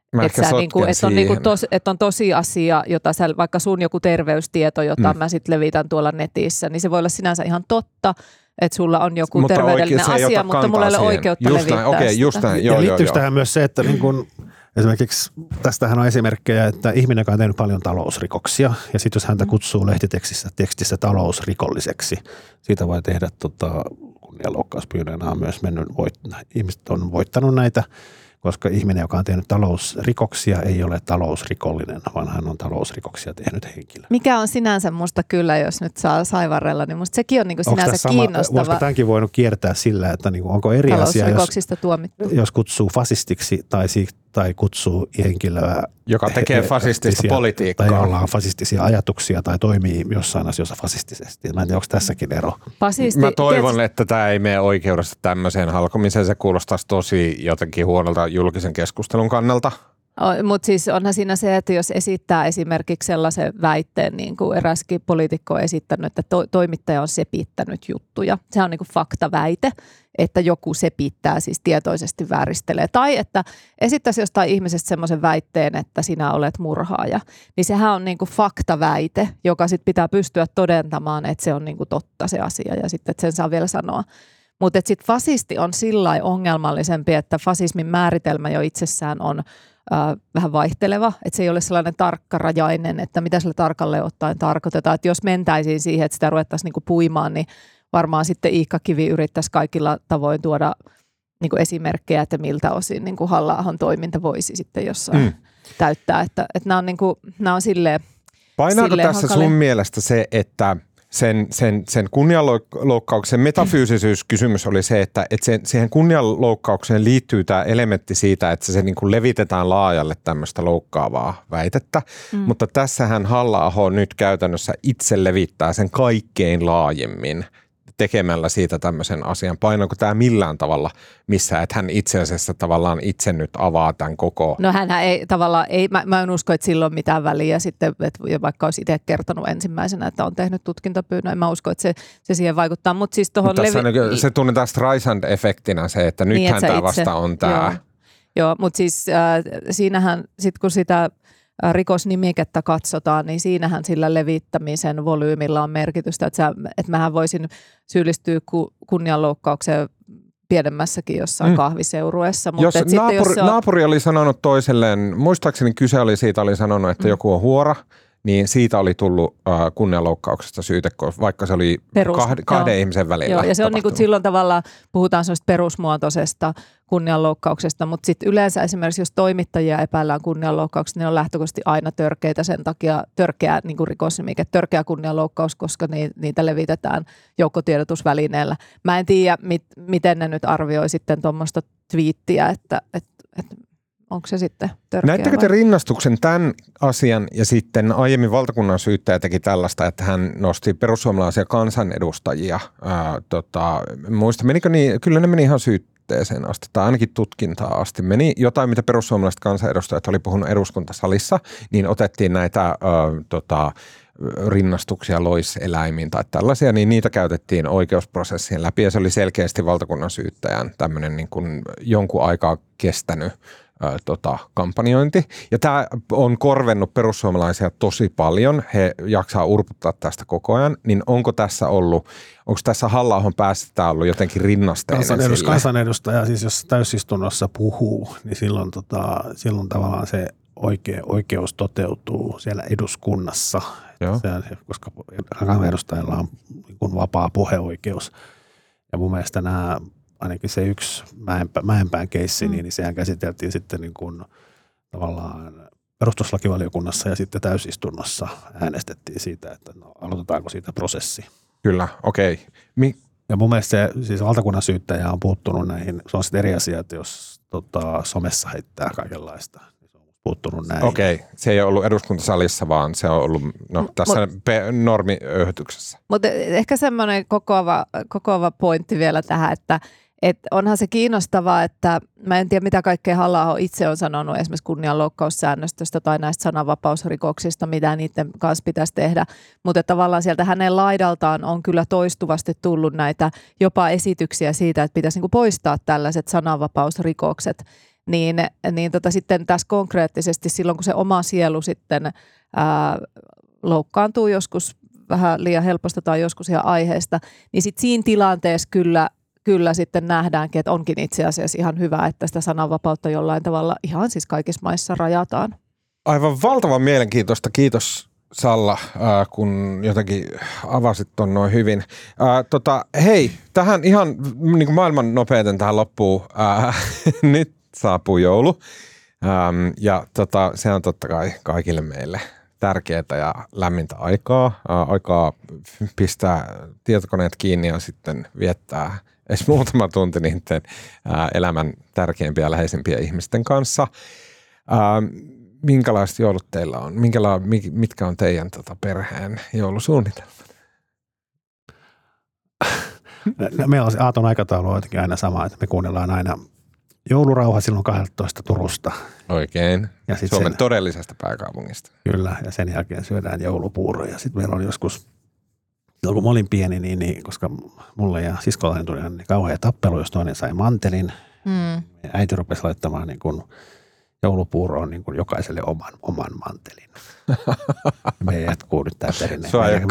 että on tosiasia, jota sä, vaikka sun joku terveystieto, jota mä sitten levitän tuolla netissä, niin se voi olla sinänsä ihan totta, että sulla on joku terveydellinen asia, mutta mulla ei ole oikeutta levittää sitä. Ja liittyykö tähän myös se, että niin kun, esimerkiksi tästähän on esimerkkejä, että ihminen, joka on tehnyt paljon talousrikoksia, ja sitten jos häntä kutsuu lehtitekstissä talousrikolliseksi, siitä voi tehdä kunnianloukkauspyynnönä on myös ihmiset on voittanut näitä, koska ihminen, joka on tehnyt talousrikoksia, ei ole talousrikollinen, vaan hän on talousrikoksia tehnyt henkilö. Mikä on sinänsä musta kyllä, jos nyt saa saivarrella, niin musta sekin on niinku sinänsä kiinnostava. Olisiko tämänkin voinut kiertää sillä, että niinku, onko eri asia, jos kutsuu fasistiksi tai kutsuu henkilöä, joka tekee fasistista politiikkaa. Tai jolla on fasistisia ajatuksia tai toimii jossain asioissa fasistisesti. Mä en tiedä, onko tässäkin ero. Mä toivon, että tämä ei mene oikeudesta tämmöiseen halkomiseen. Se kuulostaisi tosi jotenkin huonolta julkisen keskustelun kannalta. Mutta siis onhan siinä se, että jos esittää esimerkiksi sellaisen väitteen, niin kuin eräskin poliitikko on esittänyt, että toimittaja on sepittänyt juttuja. Se on niin kuin faktaväite, että joku sepittää, siis tietoisesti vääristelee. Tai että esittäisi jostain ihmisestä semmoisen väitteen, että sinä olet murhaaja. Niin sehän on niin kuin faktaväite, joka sitten pitää pystyä todentamaan, että se on niin kuin totta se asia ja sitten, että sen saa vielä sanoa. Mutta sitten fasisti on sillai ongelmallisempi, että fasismin määritelmä jo itsessään on vähän vaihteleva, että se ei ole sellainen tarkkarajainen, että mitä sillä tarkalleen ottaen tarkoitetaan. Että jos mentäisiin siihen, että sitä ruvettaisiin niinku puimaan, niin varmaan sitten Iikka Kivi yrittäisi kaikilla tavoin tuoda niinku esimerkkejä, että miltä osin niinku Halla-ahon toiminta voisi sitten jossain täyttää. Että nämä on silleen. Painaako tässä sun mielestä se, että sen kunnianloukkauksen metafyysisyys-kysymys oli se, että siihen kunnianloukkaukseen liittyy tämä elementti siitä, että se niin kuin levitetään laajalle tämmöistä loukkaavaa väitettä, mutta tässähän Halla-aho nyt käytännössä itse levittää sen kaikkein laajemmin tekemällä siitä tämmöisen asian. Painaako tämä millään tavalla missään, että hän itse asiassa tavallaan itse nyt avaa tämän koko? No hänhän ei tavallaan, mä en usko, että sillä on mitään väliä sitten, että vaikka olisi itse kertonut ensimmäisenä, että on tehnyt tutkintapyynnön, en mä usko, että se siihen vaikuttaa. Mutta siis tohon se tunnetaan Streisand-efektinä se, että nythän niin, tämä vasta on tämä. Joo, mutta siis siinähän sitten kun sitä rikosnimikettä katsotaan, niin siinähän sillä levittämisen volyymilla on merkitystä, että mähän voisin syyllistyä kunnianloukkaukseen pienemmässäkin jossain kahviseurueessa. Mutta jos naapuri oli sanonut toiselleen, muistaakseni kyse oli siitä, oli sanonut, että joku on huora, niin siitä oli tullut kunnianloukkauksesta syyte, vaikka se oli kahden ihmisen välillä. Joo, ja se on niin kuin silloin tavallaan, puhutaan sellaista perusmuotoisesta kunnianloukkauksesta, mutta sitten yleensä esimerkiksi jos toimittajia epäillään kunnianloukkauksesta, niin on lähtökohtaisesti aina törkeitä sen takia, törkeä niin kuin rikosnimike, törkeä kunnianloukkaus, koska niitä levitetään joukkotiedotusvälineellä. Mä en tiedä, miten ne nyt arvioi sitten tuommoista twiittiä, että onko se sitten törkeä? Näittekö te rinnastuksen tämän asian ja sitten aiemmin valtakunnan syyttäjä teki tällaista, että hän nosti perussuomalaisia kansanedustajia. Muista, menikö niin? Kyllä ne meni ihan syytteeseen asti tai ainakin tutkintaa asti. Meni jotain, mitä perussuomalaiset kansanedustajat oli puhunut eduskuntasalissa, niin otettiin näitä rinnastuksia loiseläimiin tai tällaisia, niin niitä käytettiin oikeusprosessien läpi ja se oli selkeästi valtakunnan syyttäjän tämmöinen niin kuin jonkun aikaa kestänyt kampanjointi. Ja tämä on korvennut perussuomalaisia tosi paljon. He jaksaa urputtaa tästä koko ajan. Niin onko tässä Halla-ahon päässä tämä ollut jotenkin rinnasteinen sille? Kansanedustaja, siis jos täysistunnossa puhuu, niin silloin tavallaan se oikeus toteutuu siellä eduskunnassa. Koska kansanedustajalla on niin vapaa puheoikeus. Ja mun mielestä ainakin se yksi Mäenpään keissi, niin sehän käsiteltiin sitten niin kuin tavallaan perustuslakivaliokunnassa ja sitten täysistunnossa äänestettiin siitä, että aloitetaanko siitä prosessi. Kyllä, okei. Ja mun mielestä se, siis valtakunnan syyttäjä on puuttunut näihin, se on sitten eri asia, että jos somessa heittää kaikenlaista, niin se on puuttunut näihin. Okei, se ei ole ollut eduskuntasalissa, vaan se on ollut tässä normiöyhytyksessä. Mutta ehkä semmoinen kokoava pointti vielä tähän, että onhan se kiinnostavaa, että mä en tiedä mitä kaikkea Halla-aho itse on sanonut esimerkiksi kunnianloukkaussäännöstöstä tai näistä sananvapausrikoksista, mitä niiden kanssa pitäisi tehdä, mutta tavallaan sieltä hänen laidaltaan on kyllä toistuvasti tullut näitä jopa esityksiä siitä, että pitäisi niinku poistaa tällaiset sananvapausrikokset, niin sitten tässä konkreettisesti silloin, kun se oma sielu sitten loukkaantuu joskus vähän liian helposta tai joskus ihan aiheesta, niin sitten siinä tilanteessa kyllä sitten nähdäänkin, että onkin itse asiassa ihan hyvä, että sitä sananvapautta jollain tavalla ihan siis kaikissa maissa rajataan. Aivan valtavan mielenkiintoista. Kiitos Salla, kun jotenkin avasit ton noin hyvin. Hei, tähän ihan niin kuin maailman nopeiten tähän loppuun. Nyt saapuu joulu ja se on totta kai kaikille meille tärkeää ja lämmintä aikaa pistää tietokoneet kiinni ja sitten viettää edes muutama tunti niiden elämän tärkeimpiä ja läheisimpiä ihmisten kanssa. Minkälaiset joulut teillä on? Mitkä on teidän perheen joulusuunnitelmat? Meillä on se aaton aikataulu on jotenkin aina sama, että me kuunnellaan aina joulurauha silloin 12 Turusta. Oikein. Ja Suomen todellisesta pääkaupungista. Kyllä, ja sen jälkeen syödään joulupuuroja. Ja sitten meillä on joskus, silloin kun mä olin pieni, niin koska mulle ja siskollani tuli niin kauhea tappelu, jos toinen sai mantelin. Äiti rupesi laittamaan niin kuin joulupuuroon niin kuin jokaiselle oman mantelin. Me jatkuu nyt tämä perinne.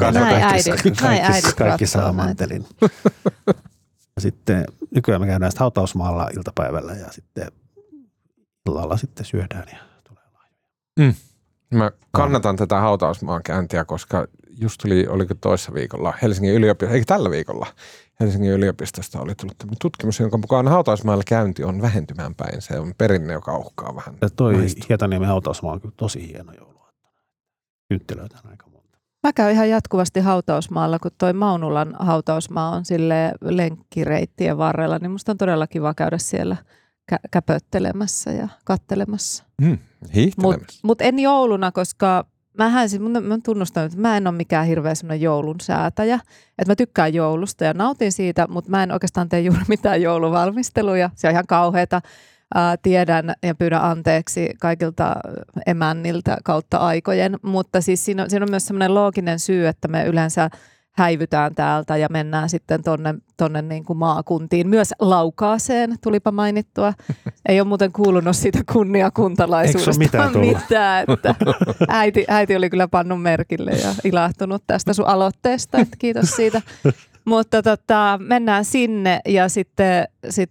Kaikki saa mantelin. Ja sitten nykyään me käydään hautausmaalla iltapäivällä ja sitten illalla sitten syödään ja tulee lahjoja. Mä kannatan tätä hautausmaan käyntiä, koska just oliko toissa viikolla Helsingin yliopistosta, eikä tällä viikolla Helsingin yliopistosta oli tullut tutkimus, jonka mukaan hautausmaalla käynti on vähentymään päin. Se on perinne, joka uhkaa vähän. Ja toi Hietaniemen hautausmaa on kyllä tosi hieno jouluaattona. Kynttilöitä on aika monta. Mä käyn ihan jatkuvasti hautausmaalla, kun toi Maunulan hautausmaa on sille lenkkireittien varrella, niin musta on todella kiva käydä siellä käpöttelemässä ja kattelemassa. Hiihtelemässä. Mut en jouluna, koska mä tunnustan, että mä en ole mikään hirveä semmoinen joulun säätäjä. Että mä tykkään joulusta ja nautin siitä, mutta mä en oikeastaan tee juuri mitään jouluvalmisteluja. Se on ihan kauheata. Tiedän ja pyydän anteeksi kaikilta emänniltä kautta aikojen, mutta siis siinä on myös semmoinen looginen syy, että me yleensä häivytään täältä ja mennään sitten tonne niin kuin maakuntiin. Myös Laukaaseen, tulipa mainittua. Ei ole muuten kuulunut siitä kunniakuntalaisuudesta mitään. Että äiti oli kyllä pannut merkille ja ilahtunut tästä sun aloitteesta. Että kiitos siitä. Mutta mennään sinne ja sitten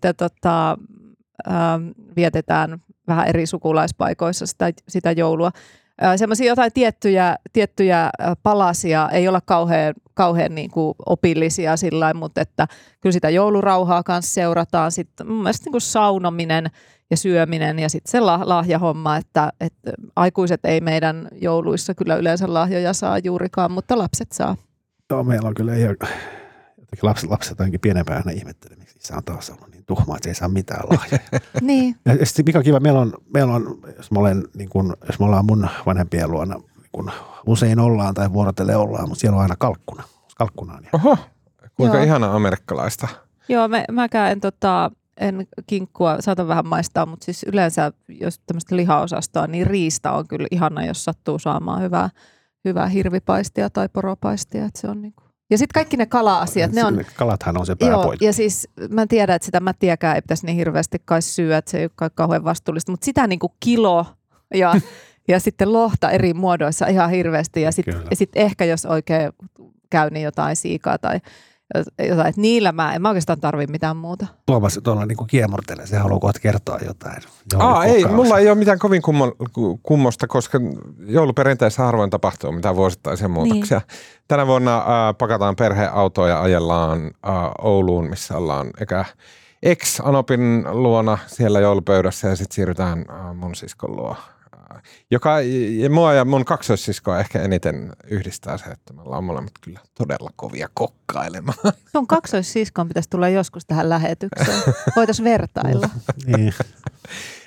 vietetään vähän eri sukulaispaikoissa sitä joulua. Semmoisia jotain tiettyjä palasia, ei olla kauhean niin kuin opillisia sillain, mutta että kyllä sitä joulurauhaa kanssa seurataan. Sitten mun mielestä niin kuin saunominen ja syöminen ja sitten se lahjahomma, että aikuiset ei meidän jouluissa kyllä yleensä lahjoja saa juurikaan, mutta lapset saa. Joo, meillä on kyllä ihan lapset ainakin pienempään aina ihmettelee, miksi isä on taas ollut niin tuhmaa, että se ei saa mitään lahjoja. Niin. Ja sitten mikä on kiva, meillä on jos me ollaan mun vanhempien luona, niin kun usein ollaan tai vuorotellen ollaan, mutta siellä on aina kalkkuna. Oho, kuinka ihana amerikkalaista. Joo, mäkään en kinkkua, saatan vähän maistaa, mutta siis yleensä, jos tämmöistä lihaosastoa, niin riista on kyllä ihana, jos sattuu saamaan hyvää hirvipaistia tai poropaistia, että se on niin kuin. Ja sitten kaikki ne kala-asiat, ne on. Kalathan on se pääpointti. Ja siis mä tiedän, että sitä mättiäkään ei pitäisi niin hirveästi kai syödä, että se ei ole kauhean vastuullista, mutta sitä niinku kilo ja sitten lohta eri muodoissa ihan hirveästi ja sitten ehkä jos oikein käy niin jotain siikaa tai jotain, että niillä en mä oikeastaan tarvitse mitään muuta. Tuomas tuolla niin kuin kiemurtelee, se haluaa kohta kertoa jotain. Ei, mulla ei ole mitään kovin kummosta, koska jouluperinteessä harvoin tapahtuu mitään vuosittaisia muutoksia. Niin. Tänä vuonna pakataan perheautoa ja ajellaan Ouluun, missä ollaan ex-Anopin luona siellä joulupöydässä ja sitten siirrytään mun siskon luo. Joka mua ja mun kaksoissiskoa ehkä eniten yhdistää se, että me ollaan molemmat kyllä todella kovia kokkailemaan. Sun kaksoissiskon pitäisi tulla joskus tähän lähetykseen. Voitaisiin vertailla. Niin.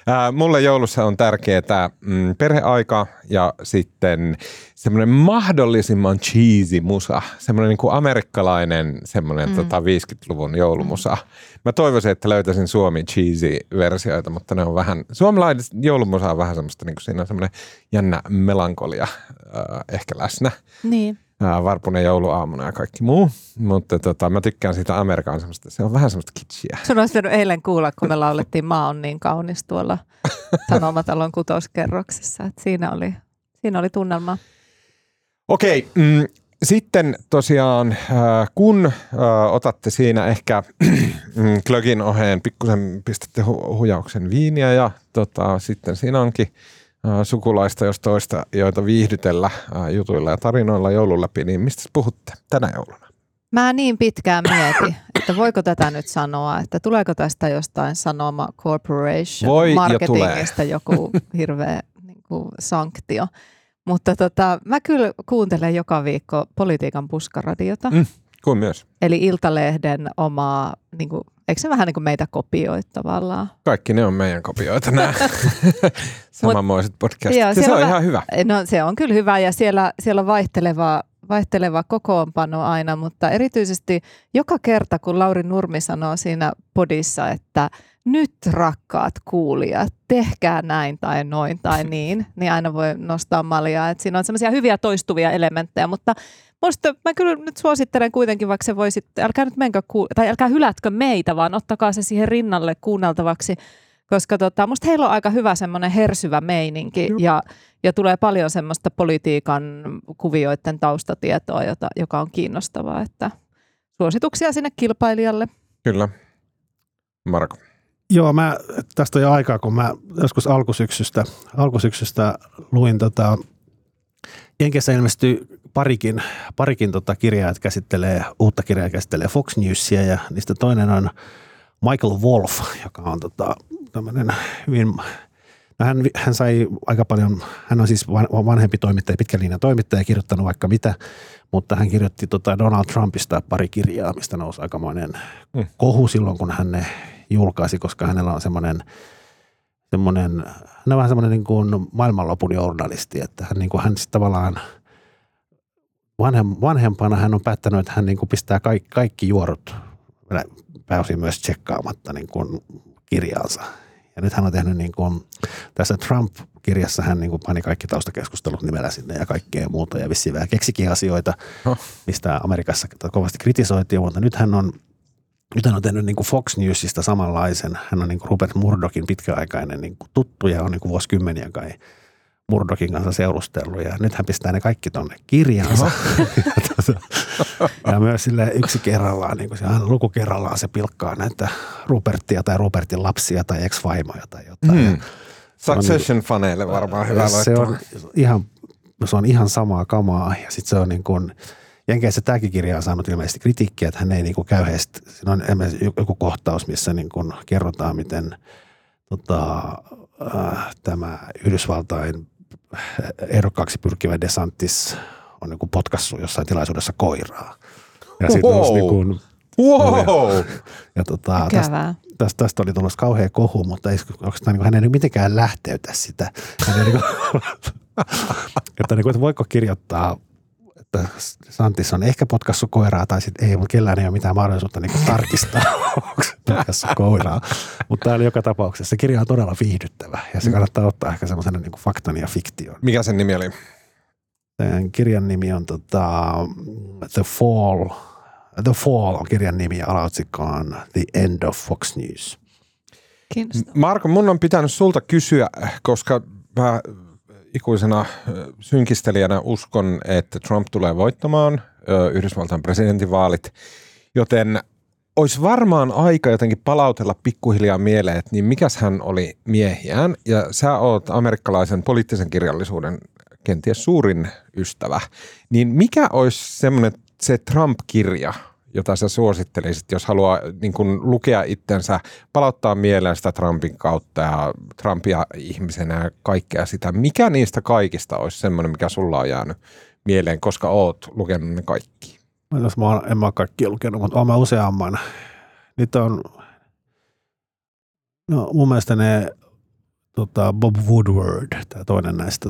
Mulle joulussa on tärkeää perheaika ja sitten semmoinen mahdollisimman cheesy musa, semmoinen niin kuin amerikkalainen semmoinen 50-luvun joulumusa. Mä toivoisin, että löytäisin Suomi cheesy versioita, mutta ne on vähän, suomalainen joulumusa on vähän semmoista, niin kuin siinä on semmoinen jännä melankolia ehkä läsnä. Niin. Varpunen jouluaamuna ja kaikki muu, mutta mä tykkään siitä Amerikan semmoista, se on vähän semmoista kitschiä. Sun olisi voinut eilen kuulla, kun me laulettiin Maa on niin kaunis tuolla Sanomatalon kutoskerroksessa, että siinä oli tunnelma. Okei, sitten tosiaan kun otatte siinä ehkä glögin oheen, pikkusen pistätte hujauksen viiniä ja sitten siinä onkin sukulaista jos toista, joita viihdytellä jutuilla ja tarinoilla joulun läpi, niin mistä puhutte tänä jouluna? Mä niin pitkään mietin, että voiko tätä nyt sanoa, että tuleeko tästä jostain Sanoma Corporation marketingista joku hirveä niin kuin sanktio. Mutta mä kyllä kuuntelen joka viikko Politiikan puskaradiota. Kuin myös. Eli Iltalehden omaa, niin kuin, eikö se vähän niin kuin meitä kopioit tavallaan? Kaikki ne on meidän kopioita nämä samanmoiset podcastit. Joo, se on ihan hyvä. No se on kyllä hyvä ja siellä on vaihteleva kokoonpano aina, mutta erityisesti joka kerta, kun Lauri Nurmi sanoo siinä podissa, että nyt rakkaat kuulijat, tehkää näin tai noin tai niin aina voi nostaa maljaa. Et siinä on semmoisia hyviä toistuvia elementtejä, mutta mä kyllä nyt suosittelen kuitenkin, vaikka se voisi, älkää nyt tai älkää hylätkö meitä, vaan ottakaa se siihen rinnalle kuunneltavaksi, koska musta heillä on aika hyvä semmoinen hersyvä meininki ja tulee paljon semmoista politiikan kuvioiden taustatietoa, joka on kiinnostavaa, että suosituksia sinne kilpailijalle. Kyllä. Marko. Joo, tästä on jo aikaa, kun mä joskus alkusyksystä luin Jenkeissä ilmestyi parikin kirjaa, että uutta kirjaa käsittelee Fox Newsia ja niistä toinen on Michael Wolff, joka on tämmöinen hyvin, no hän sai aika paljon, hän on siis vanhempi toimittaja, pitkän linjan toimittaja, kirjoittanut vaikka mitä, mutta hän kirjoitti Donald Trumpista pari kirjaa, mistä nousi aikamoinen kohu silloin, kun hän ne julkaisi, koska hänellä on hän on vähän semmoinen niin kuin maailmanlopun journalisti, että hän sitten tavallaan vanhempana hän on päättänyt, että hän niin kuin pistää kaikki juorut pääosin myös tsekkaamatta niin kuin kirjaansa. Ja nyt hän on tehnyt niin kuin, tässä Trump-kirjassa hän niin kuin pani kaikki taustakeskustelut nimellä sinne ja kaikkea muuta ja vissiin vähän keksikin asioita, mistä Amerikassa kovasti kritisoitiin, mutta nyt hän on tehnyt niin kuin Fox Newsista samanlaisen. Hän on niin kuin Rupert Murdochin pitkäaikainen niin kuin tuttu ja on niin kuin vuosikymmeniä kai Murdochin kanssa seurustellut. Ja nyt hän pistää ne kaikki tonne kirjaansa. Ja myös sille yksi kerrallaan, niin kuin se aina luku kerrallaan se pilkkaa näitä Rupertia tai Rupertin lapsia tai ex-vaimoja tai jotain. Succession-faneille varmaan hyvä laittaa. Se on ihan samaa kamaa ja sitten se on niin kuin Jenkeissä tämäkin kirja on saanut ilmeisesti kritiikkiä, että hän ei niin kuin käyheästi, siinä on joku kohtaus, missä niin kuin kerrotaan, miten tämä Yhdysvaltain ehdokkaaksi pyrkivä DeSantis on niin kuin potkassut jossain tilaisuudessa koiraa. Ja sitten niin kuin, ja tästä oli tullut kauhea kohu, mutta oikeastaan niin hän ei nyt mitenkään lähteytä sitä. Että voiko kirjoittaa, että Santis on ehkä potkassut koiraa tai sitten ei, mutta kellään ei ole mitään mahdollisuutta niin tarkistaa, onko se potkassut koiraa. Mutta tämä oli joka tapauksessa. Se kirja on todella viihdyttävä ja se kannattaa ottaa ehkä semmoisena niin faktan ja fiktion. Mikä sen nimi oli? Sen kirjan nimi on The Fall. The Fall on kirjan nimi ja alaotsikko on The End of Fox News. Kiinnostavaa. Marko, mun on pitänyt sulta kysyä, koska mä ikuisena synkistelijänä uskon, että Trump tulee voittamaan Yhdysvaltain presidentinvaalit, joten olisi varmaan aika jotenkin palautella pikkuhiljaa mieleen, että niin mikäs hän oli miehiään, ja sä oot amerikkalaisen poliittisen kirjallisuuden kenties suurin ystävä, niin mikä olisi se Trump-kirja, jota sä suosittelisit, jos haluaa niin kun lukea itsensä, palauttaa mieleen sitä Trumpin kautta ja Trumpia ihmisenä ja kaikkea sitä. Mikä niistä kaikista olisi semmoinen, mikä sulla on jäänyt mieleen, koska oot lukenut ne kaikki? En mä ole kaikkia lukenut, mutta olen mä useamman. Nyt on, no mun mielestä ne Bob Woodward, tämä toinen näistä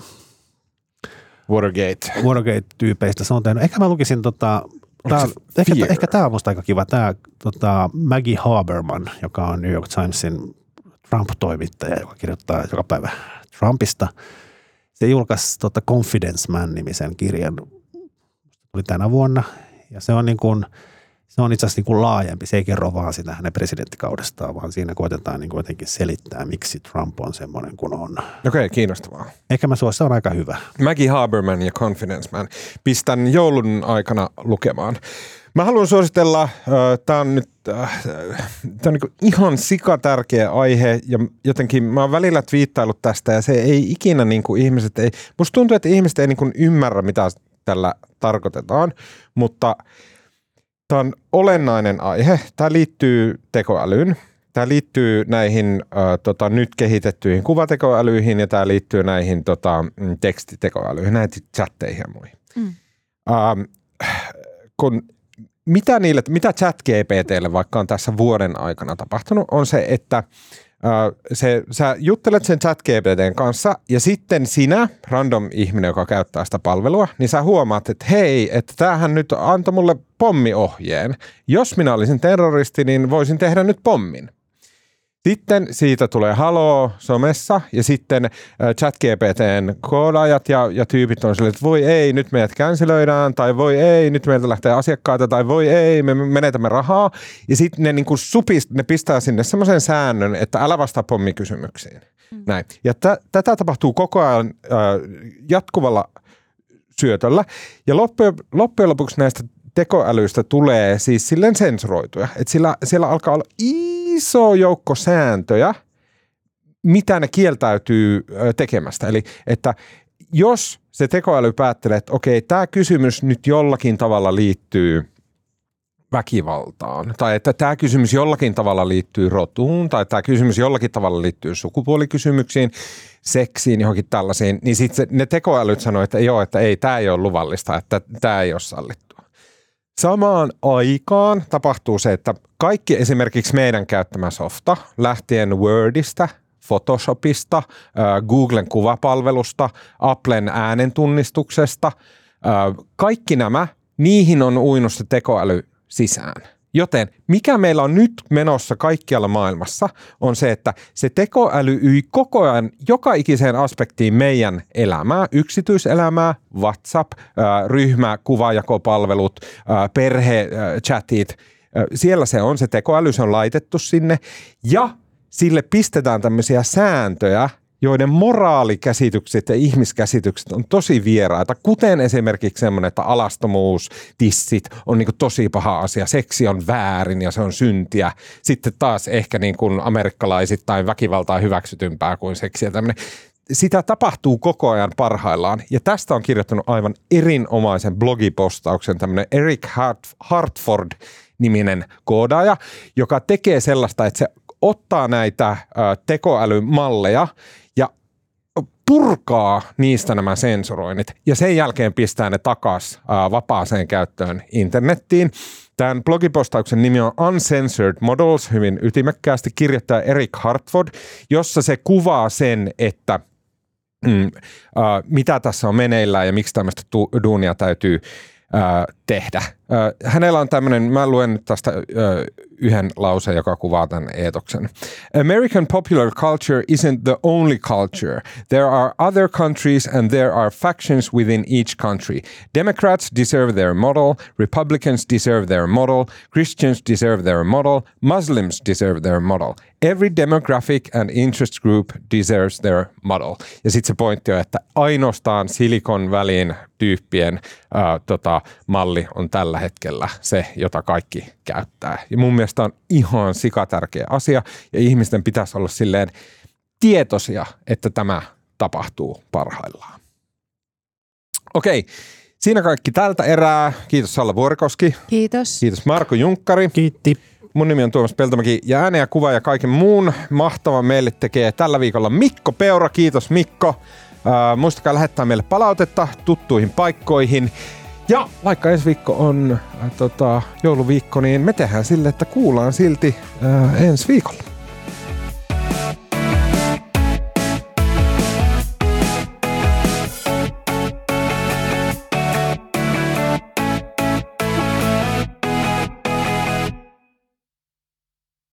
Watergate-tyypeistä. Se on tehnyt. Ehkä mä lukisin ehkä tämä on musta aika kiva. Tämä Maggie Haberman, joka on New York Timesin Trump-toimittaja, joka kirjoittaa joka päivä Trumpista. Se julkaisi Confidence Man-nimisen kirjan, oli tänä vuonna, ja se on se on itse asiassa niin kuin laajempi. Se ei kerro vaan sitä hänen presidenttikaudestaan, vaan siinä koetetaan niin kuin jotenkin selittää, miksi Trump on semmoinen kuin on. Okei, kiinnostavaa. Ehkä mä se on aika hyvä. Maggie Haberman ja Confidence Man. Pistän joulun aikana lukemaan. Mä haluan suositella, tää on nyt niin kuin ihan sikatärkeä aihe ja jotenkin mä oon välillä twiittailut tästä ja se ei ikinä niin kuin musta tuntuu, että ihmiset ei niin kuin ymmärrä, mitä tällä tarkoitetaan, mutta tämä on olennainen aihe. Tämä liittyy tekoälyyn. Tämä liittyy näihin nyt kehitettyihin kuvatekoälyihin ja tämä liittyy näihin tekstitekoälyihin, näihin chatteihin ja muihin. Mitä ChatGPT:lle vaikka on tässä vuoden aikana tapahtunut, on se, että sä juttelet sen ChatGPT:n kanssa ja sitten sinä, random ihminen, joka käyttää sitä palvelua, niin sä huomaat, että hei, että tämähän nyt antoi mulle pommiohjeen. Jos minä olisin terroristi, niin voisin tehdä nyt pommin. Sitten siitä tulee haloo somessa ja sitten ChatGPT:n koodaajat ja tyypit on silleen, että voi ei, nyt meidät cancelöidään tai voi ei, nyt meiltä lähtee asiakkaita tai voi ei, me menetämme rahaa. Ja sitten ne, ne pistää sinne semmoisen säännön, että älä vastaa pommikysymyksiin. Näin. Ja tätä tapahtuu koko ajan jatkuvalla syötöllä ja loppujen lopuksi näistä tekoälyistä tulee siis silleen sensuroituja. Että siellä alkaa olla iso joukko sääntöjä, mitä ne kieltäytyy tekemästä. Eli että jos se tekoäly päättelee, että okei, tämä kysymys nyt jollakin tavalla liittyy väkivaltaan, tai että tämä kysymys jollakin tavalla liittyy rotuun, tai tämä kysymys jollakin tavalla liittyy sukupuolikysymyksiin, seksiin, johonkin tällaisiin, niin sitten ne tekoälyt sanoo, että joo, että ei, tämä ei ole luvallista, että tämä ei ole sallittu. Samaan aikaan tapahtuu se, että kaikki esimerkiksi meidän käyttämä softa, lähtien Wordista, Photoshopista, Googlen kuvapalvelusta, Applen äänentunnistuksesta, kaikki nämä, niihin on uinut se tekoäly sisään. Joten mikä meillä on nyt menossa kaikkialla maailmassa on se, että se tekoäly yi koko ajan joka ikiseen aspektiin meidän elämää, yksityiselämää, WhatsApp, ryhmä, kuvajakopalvelut, perhechatit. Siellä se tekoäly, se on laitettu sinne ja sille pistetään tämmöisiä sääntöjä, joiden moraalikäsitykset ja ihmiskäsitykset on tosi vieraita, kuten esimerkiksi semmoinen, että alastomuus, tissit on niin kuin tosi paha asia, seksi on väärin ja se on syntiä. Sitten taas ehkä niin kuin amerikkalaisittain väkivaltaa hyväksytympää kuin seksiä. Sitä tapahtuu koko ajan parhaillaan ja tästä on kirjoittanut aivan erinomaisen blogipostauksen tämmöinen Eric Hartford-niminen koodaaja, joka tekee sellaista, että se ottaa näitä tekoälymalleja ja purkaa niistä nämä sensuroinnit ja sen jälkeen pistää ne takaisin vapaaseen käyttöön internettiin. Tämän blogipostauksen nimi on Uncensored Models, hyvin ytimekkäästi kirjoittaa Eric Hartford, jossa se kuvaa sen, että mitä tässä on meneillään ja miksi tämmöistä duunia täytyy tehdä. Hänellä on tämmöinen, mä luen nyt tästä yhden lauseen, joka kuvaa tämän eetoksen. American popular culture isn't the only culture. There are other countries and there are factions within each country. Democrats deserve their model, Republicans deserve their model, Christians deserve their model, Muslims deserve their model. Every demographic and interest group deserves their model. Ja sitten se pointti on, että ainoastaan Silicon Valleyn tyyppien malli on tällä hetkellä se, jota kaikki käyttää. Ja mun mielestä on ihan sikatärkeä asia ja ihmisten pitäisi olla silleen tietoisia, että tämä tapahtuu parhaillaan. Okei, siinä kaikki tältä erää. Kiitos Salla Vuorikoski. Kiitos. Kiitos Marko Junkkari. Kiitti. Mun nimi on Tuomas Peltomäki ja ääne ja kuva ja kaiken muun mahtavan meille tekee tällä viikolla Mikko Peura. Kiitos Mikko. Muistakaa lähettää meille palautetta tuttuihin paikkoihin. Ja vaikka ensi viikko on jouluviikko, niin me tehdään sille, että kuullaan silti ensi viikolla.